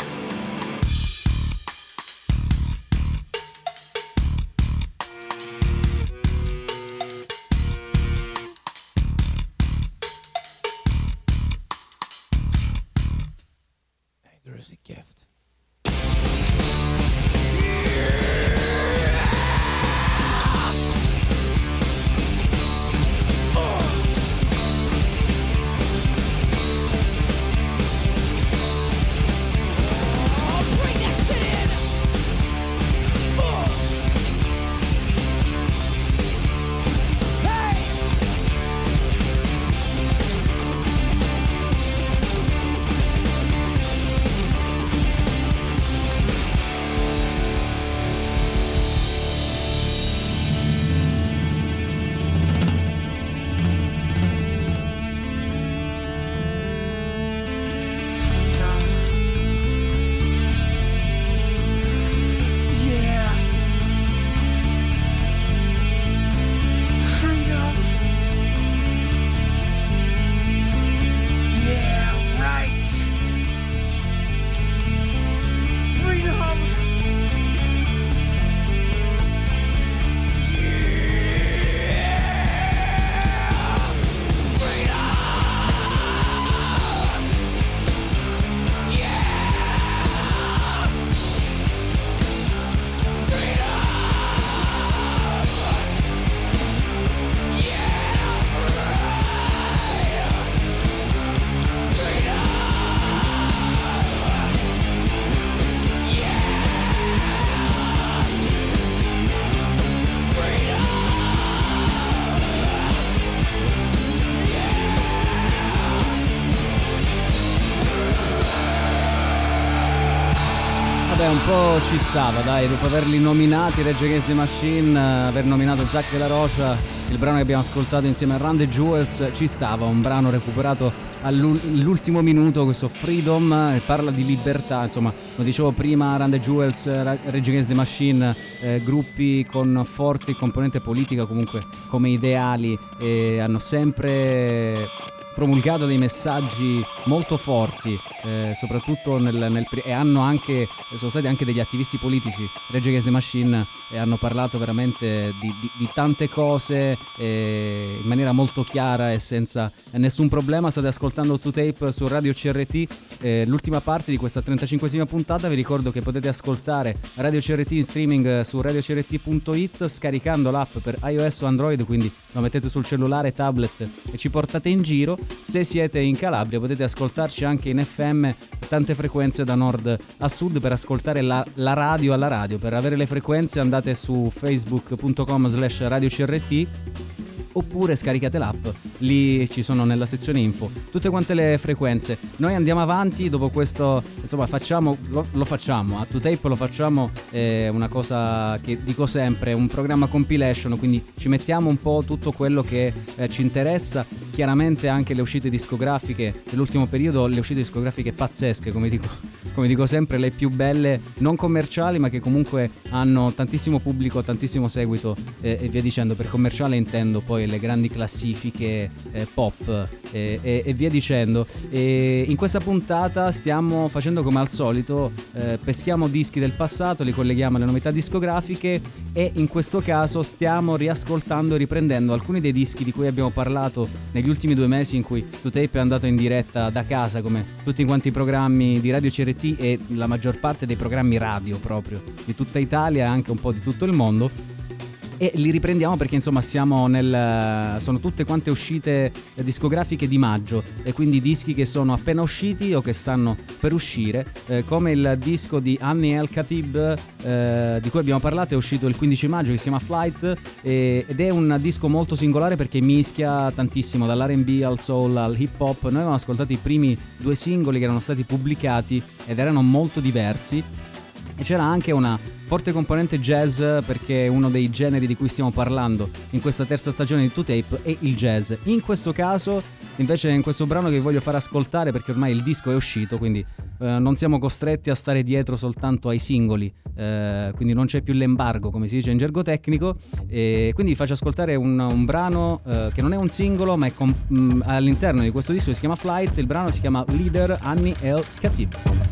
Anger is a gift. Un po' ci stava, dai, dopo averli nominati Rage Against the Machine, aver nominato Zack de la Rocha, il brano che abbiamo ascoltato insieme a Run the Jewels, ci stava, un brano recuperato all'ultimo minuto, questo Freedom, parla di libertà, insomma, come dicevo prima, Run the Jewels, Rage Against the Machine, eh, gruppi con forte componente politica, comunque come ideali, e hanno sempre promulgato dei messaggi molto forti, eh, soprattutto nel, nel e hanno anche sono stati anche degli attivisti politici. Rage Against the Machine, e hanno parlato veramente di, di, di tante cose, eh, in maniera molto chiara e senza nessun problema. State ascoltando two tape su Radio C R T, eh, l'ultima parte di questa trentacinquesima puntata. Vi ricordo che potete ascoltare Radio C R T in streaming su radio c r t punto i t scaricando l'app per iOS o Android, quindi lo mettete sul cellulare, tablet e ci portate in giro. Se siete in Calabria potete ascoltarci anche in F M, tante frequenze da nord a sud, per ascoltare la, la radio alla radio. Per avere le frequenze andate su facebook punto com slash radio c r t oppure scaricate l'app, lì ci sono nella sezione info tutte quante le frequenze. Noi andiamo avanti dopo questo, insomma facciamo lo, lo facciamo a two tape, lo facciamo, è una cosa che dico sempre, un programma compilation, quindi ci mettiamo un po' tutto quello che eh, ci interessa, chiaramente anche le uscite discografiche dell'ultimo periodo, le uscite discografiche pazzesche, come dico, come dico sempre, le più belle, non commerciali, ma che comunque hanno tantissimo pubblico, tantissimo seguito, eh, e via dicendo. Per commerciale intendo poi le grandi classifiche eh, pop eh, e, e via dicendo. E in questa puntata stiamo facendo come al solito, eh, peschiamo dischi del passato, li colleghiamo alle novità discografiche, e in questo caso stiamo riascoltando e riprendendo alcuni dei dischi di cui abbiamo parlato negli ultimi due mesi, in cui two tape è andato in diretta da casa, come tutti quanti i programmi di Radio C R T e la maggior parte dei programmi radio proprio di tutta Italia e anche un po' di tutto il mondo. E li riprendiamo perché insomma siamo nel sono tutte quante uscite discografiche di maggio, e quindi dischi che sono appena usciti o che stanno per uscire, eh, come il disco di Annie El Khatib, eh, di cui abbiamo parlato, è uscito il quindici maggio, che si chiama Flight, eh, ed è un disco molto singolare perché mischia tantissimo, dall'R and B al soul al hip hop. Noi avevamo ascoltato i primi due singoli che erano stati pubblicati ed erano molto diversi, e c'era anche una forte componente jazz, perché uno dei generi di cui stiamo parlando in questa terza stagione di two tape è il jazz. In questo caso, invece, in questo brano che vi voglio far ascoltare, perché ormai il disco è uscito, quindi eh, non siamo costretti a stare dietro soltanto ai singoli, eh, quindi non c'è più l'embargo, come si dice in gergo tecnico, e quindi vi faccio ascoltare un, un brano eh, che non è un singolo, ma è com- mh, all'interno di questo disco, che si chiama Flight. Il brano si chiama Leader, Annie El Khatib.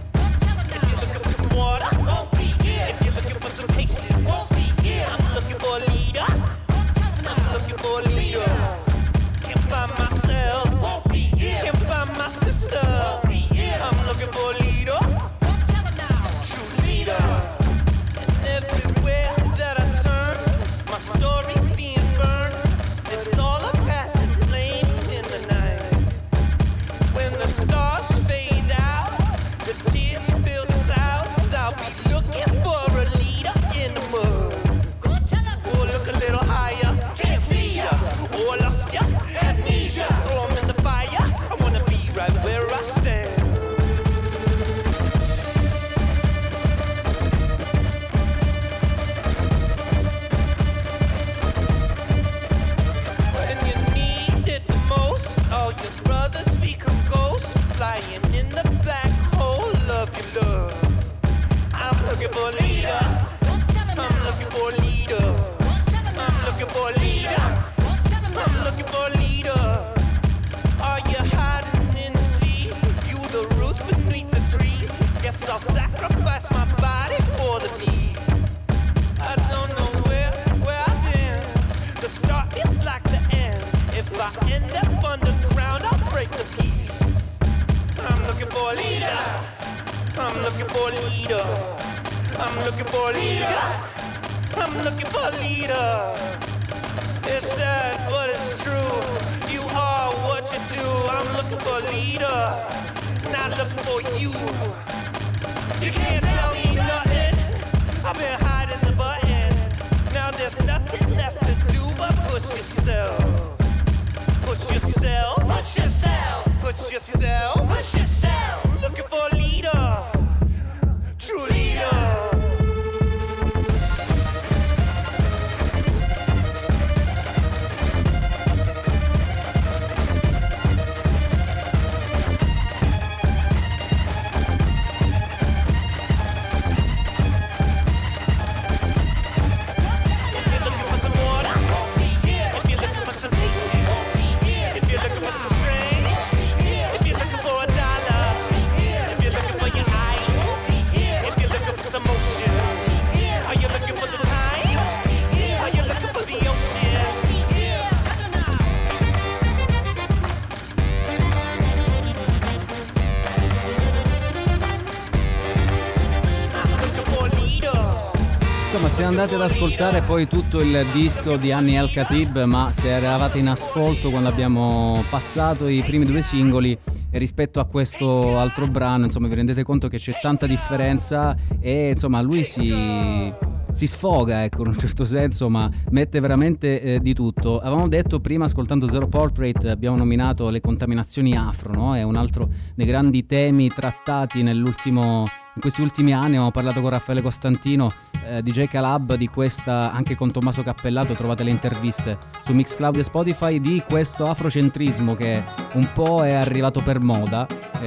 Se andate ad ascoltare poi tutto il disco di Annie El Khatib, ma se eravate in ascolto quando abbiamo passato i primi due singoli e rispetto a questo altro brano, insomma, vi rendete conto che c'è tanta differenza e insomma lui si, si sfoga, ecco, in un certo senso, ma mette veramente eh, di tutto. Avevamo detto prima, ascoltando Zero Portrait, abbiamo nominato le contaminazioni afro, no? È un altro dei grandi temi trattati nell'ultimo in questi ultimi anni. Abbiamo parlato con Raffaele Costantino, eh, D J Calab, di questa, anche con Tommaso Cappellato, trovate le interviste su Mixcloud e Spotify, di questo afrocentrismo che un po' è arrivato per moda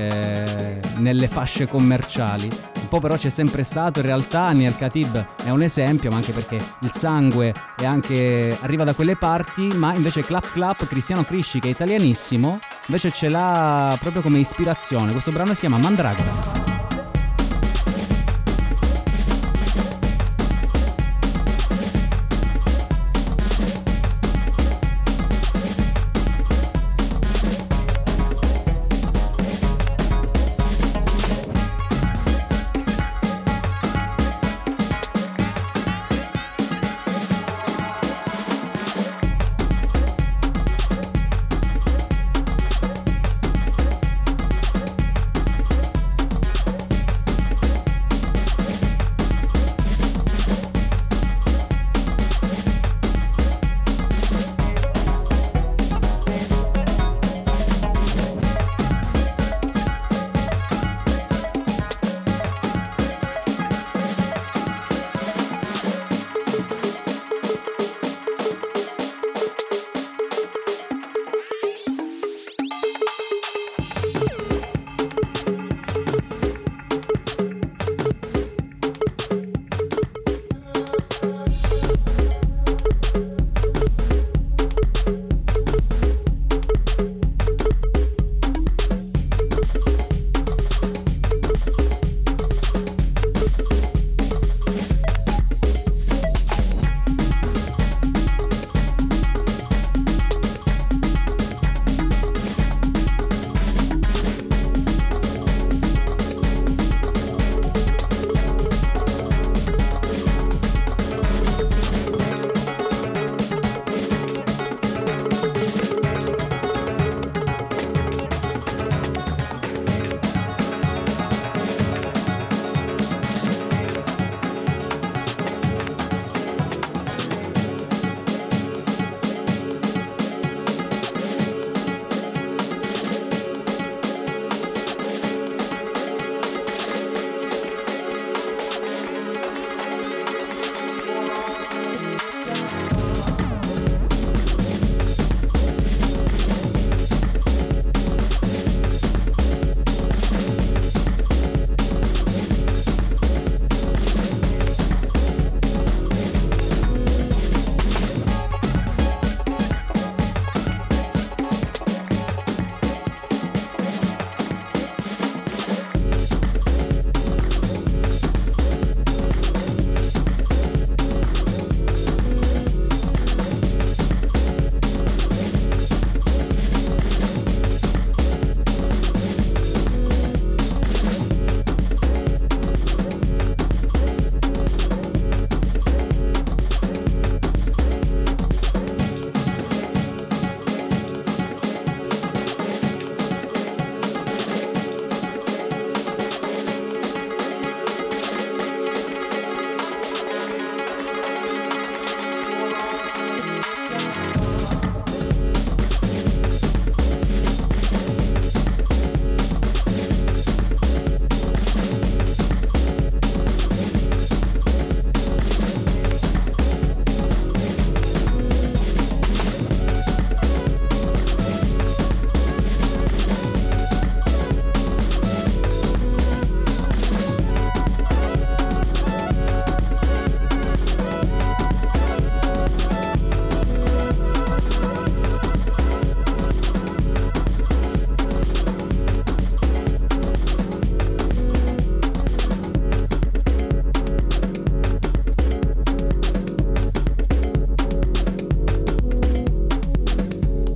eh, nelle fasce commerciali, un po' però c'è sempre stato. In realtà Annie El Khatib è un esempio, ma anche perché il sangue è anche, arriva da quelle parti, ma invece Clap Clap, Cristiano Crisci, che è italianissimo, invece ce l'ha proprio come ispirazione. Questo brano si chiama Mandragora.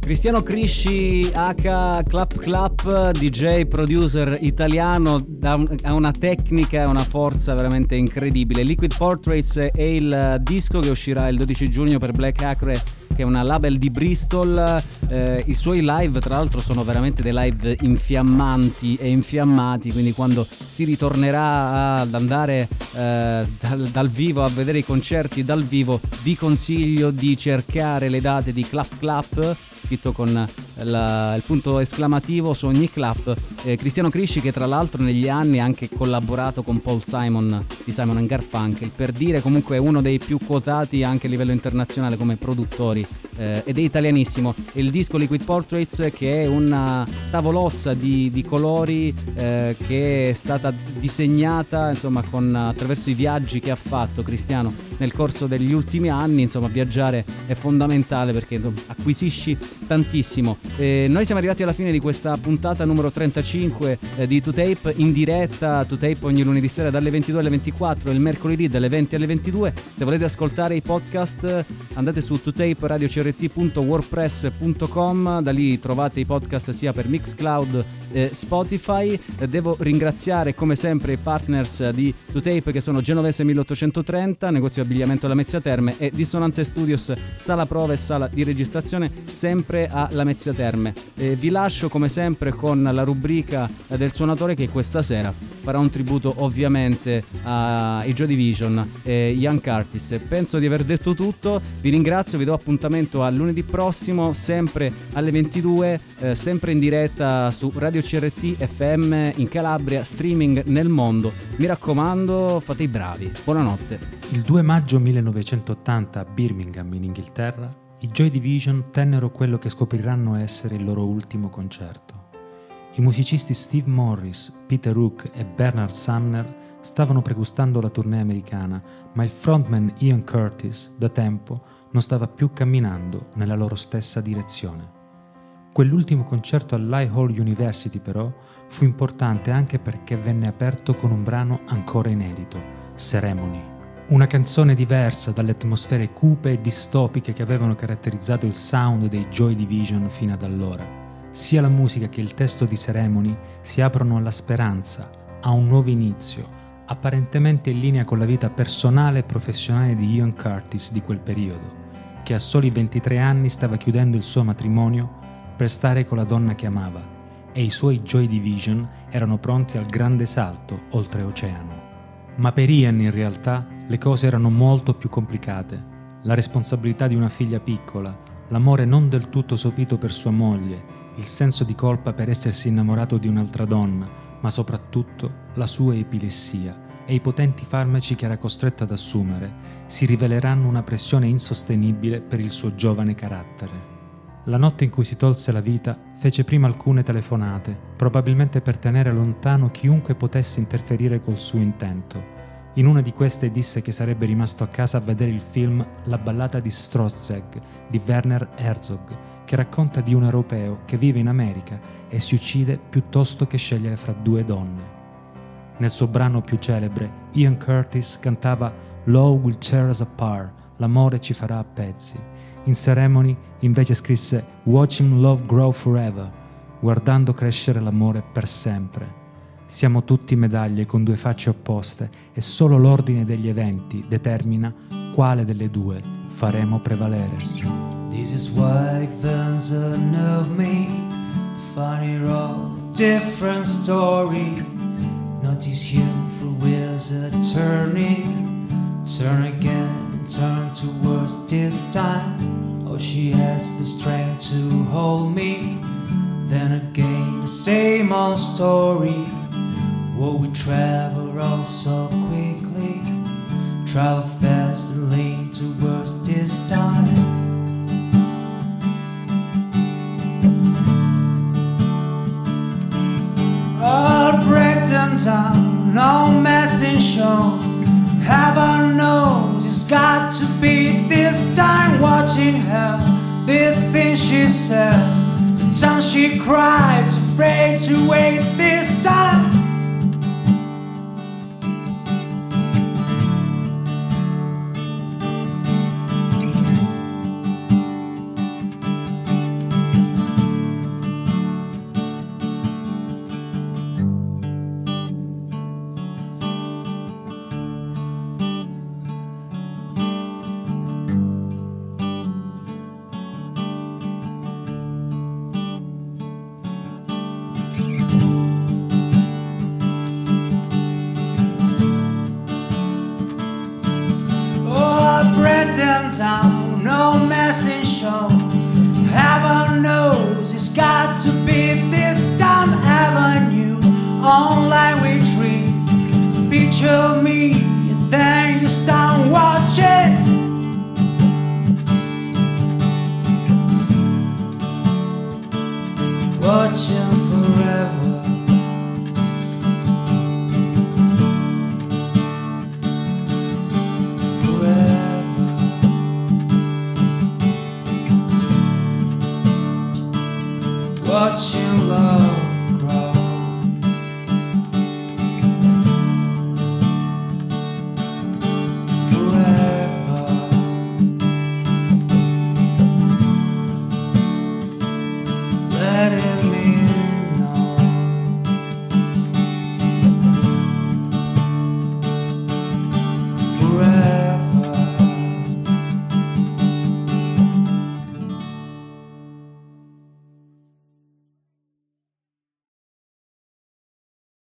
Cristiano Crisci H Clap Clap, D J producer italiano, ha una tecnica e una forza veramente incredibile. Liquid Portraits è il disco che uscirà il dodici giugno per Black Acre, che è una label di Bristol. Eh, i suoi live tra l'altro sono veramente dei live infiammanti e infiammati, quindi quando si ritornerà ad andare eh, dal, dal vivo, a vedere i concerti dal vivo, vi consiglio di cercare le date di Clap Clap, scritto con la, il punto esclamativo su ogni clap. eh, Cristiano Crisci, che tra l'altro negli anni ha anche collaborato con Paul Simon di Simon and Garfunkel, per dire, comunque è uno dei più quotati anche a livello internazionale come produttori, eh, ed è italianissimo. Il disco Liquid Portraits, che è una tavolozza di, di colori eh, che è stata disegnata insomma con, attraverso i viaggi che ha fatto Cristiano nel corso degli ultimi anni. Insomma, viaggiare è fondamentale perché insomma acquisisci tantissimo. Eh, noi siamo arrivati alla fine di questa puntata numero trentacinque eh, di To Tape, in diretta To Tape ogni lunedì sera dalle ventidue alle ventiquattro e il mercoledì dalle venti alle ventidue. Se volete ascoltare i podcast andate su to tape radio c r t punto wordpress punto com, da lì trovate i podcast sia per Mixcloud e Spotify. Eh, devo ringraziare come sempre i partners di To Tape, che sono Genovese milleottocentotrenta, negozio di abbigliamento alla Mezzia Terme, e Dissonanze Studios, sala prove e sala di registrazione sempre a Lamezia Terme. Eh, vi lascio come sempre con la rubrica eh, del suonatore, che questa sera farà un tributo ovviamente ai Joy Division e Young Curtis. Penso di aver detto tutto, vi ringrazio, vi do appuntamento a lunedì prossimo sempre alle ventidue, eh, sempre in diretta su Radio C R T F M in Calabria, streaming nel mondo. Mi raccomando, fate i bravi. Buonanotte. Il due maggio millenovecentottanta a Birmingham in Inghilterra i Joy Division tennero quello che scopriranno essere il loro ultimo concerto. I musicisti Steve Morris, Peter Hook e Bernard Sumner stavano pregustando la tournée americana, ma il frontman Ian Curtis, da tempo, non stava più camminando nella loro stessa direzione. Quell'ultimo concerto all'Hall University, però, fu importante anche perché venne aperto con un brano ancora inedito, Ceremony. Una canzone diversa dalle atmosfere cupe e distopiche che avevano caratterizzato il sound dei Joy Division fino ad allora. Sia la musica che il testo di Ceremony si aprono alla speranza, a un nuovo inizio, apparentemente in linea con la vita personale e professionale di Ian Curtis di quel periodo, che a soli ventitré anni stava chiudendo il suo matrimonio per stare con la donna che amava, e i suoi Joy Division erano pronti al grande salto oltreoceano. Ma per Ian in realtà le cose erano molto più complicate. La responsabilità di una figlia piccola, l'amore non del tutto sopito per sua moglie, il senso di colpa per essersi innamorato di un'altra donna, ma soprattutto la sua epilessia e i potenti farmaci che era costretto ad assumere si riveleranno una pressione insostenibile per il suo giovane carattere. La notte in cui si tolse la vita fece prima alcune telefonate, probabilmente per tenere lontano chiunque potesse interferire col suo intento. In una di queste disse che sarebbe rimasto a casa a vedere il film La ballata di Stroszek di Werner Herzog, che racconta di un europeo che vive in America e si uccide piuttosto che scegliere fra due donne. Nel suo brano più celebre, Ian Curtis cantava Love will tear us apart, l'amore ci farà a pezzi. In Ceremony invece scrisse Watch him love grow forever, guardando crescere l'amore per sempre. Siamo tutti medaglie con due facce opposte e solo l'ordine degli eventi determina quale delle due faremo prevalere. This is why fans of me, the funny road, different story. Notice him for wheels are turning, turn again and turn towards this time. Oh, she has the strength to hold me. Then again the same old story. Oh, we travel all so quickly, travel fast and lean towards this time. I'll break them down, no messing shown. Heaven knows it's got to be this time. Watching her, this thing she said, the time she cried, afraid to wait this time. watching forever. Forever. Watching love.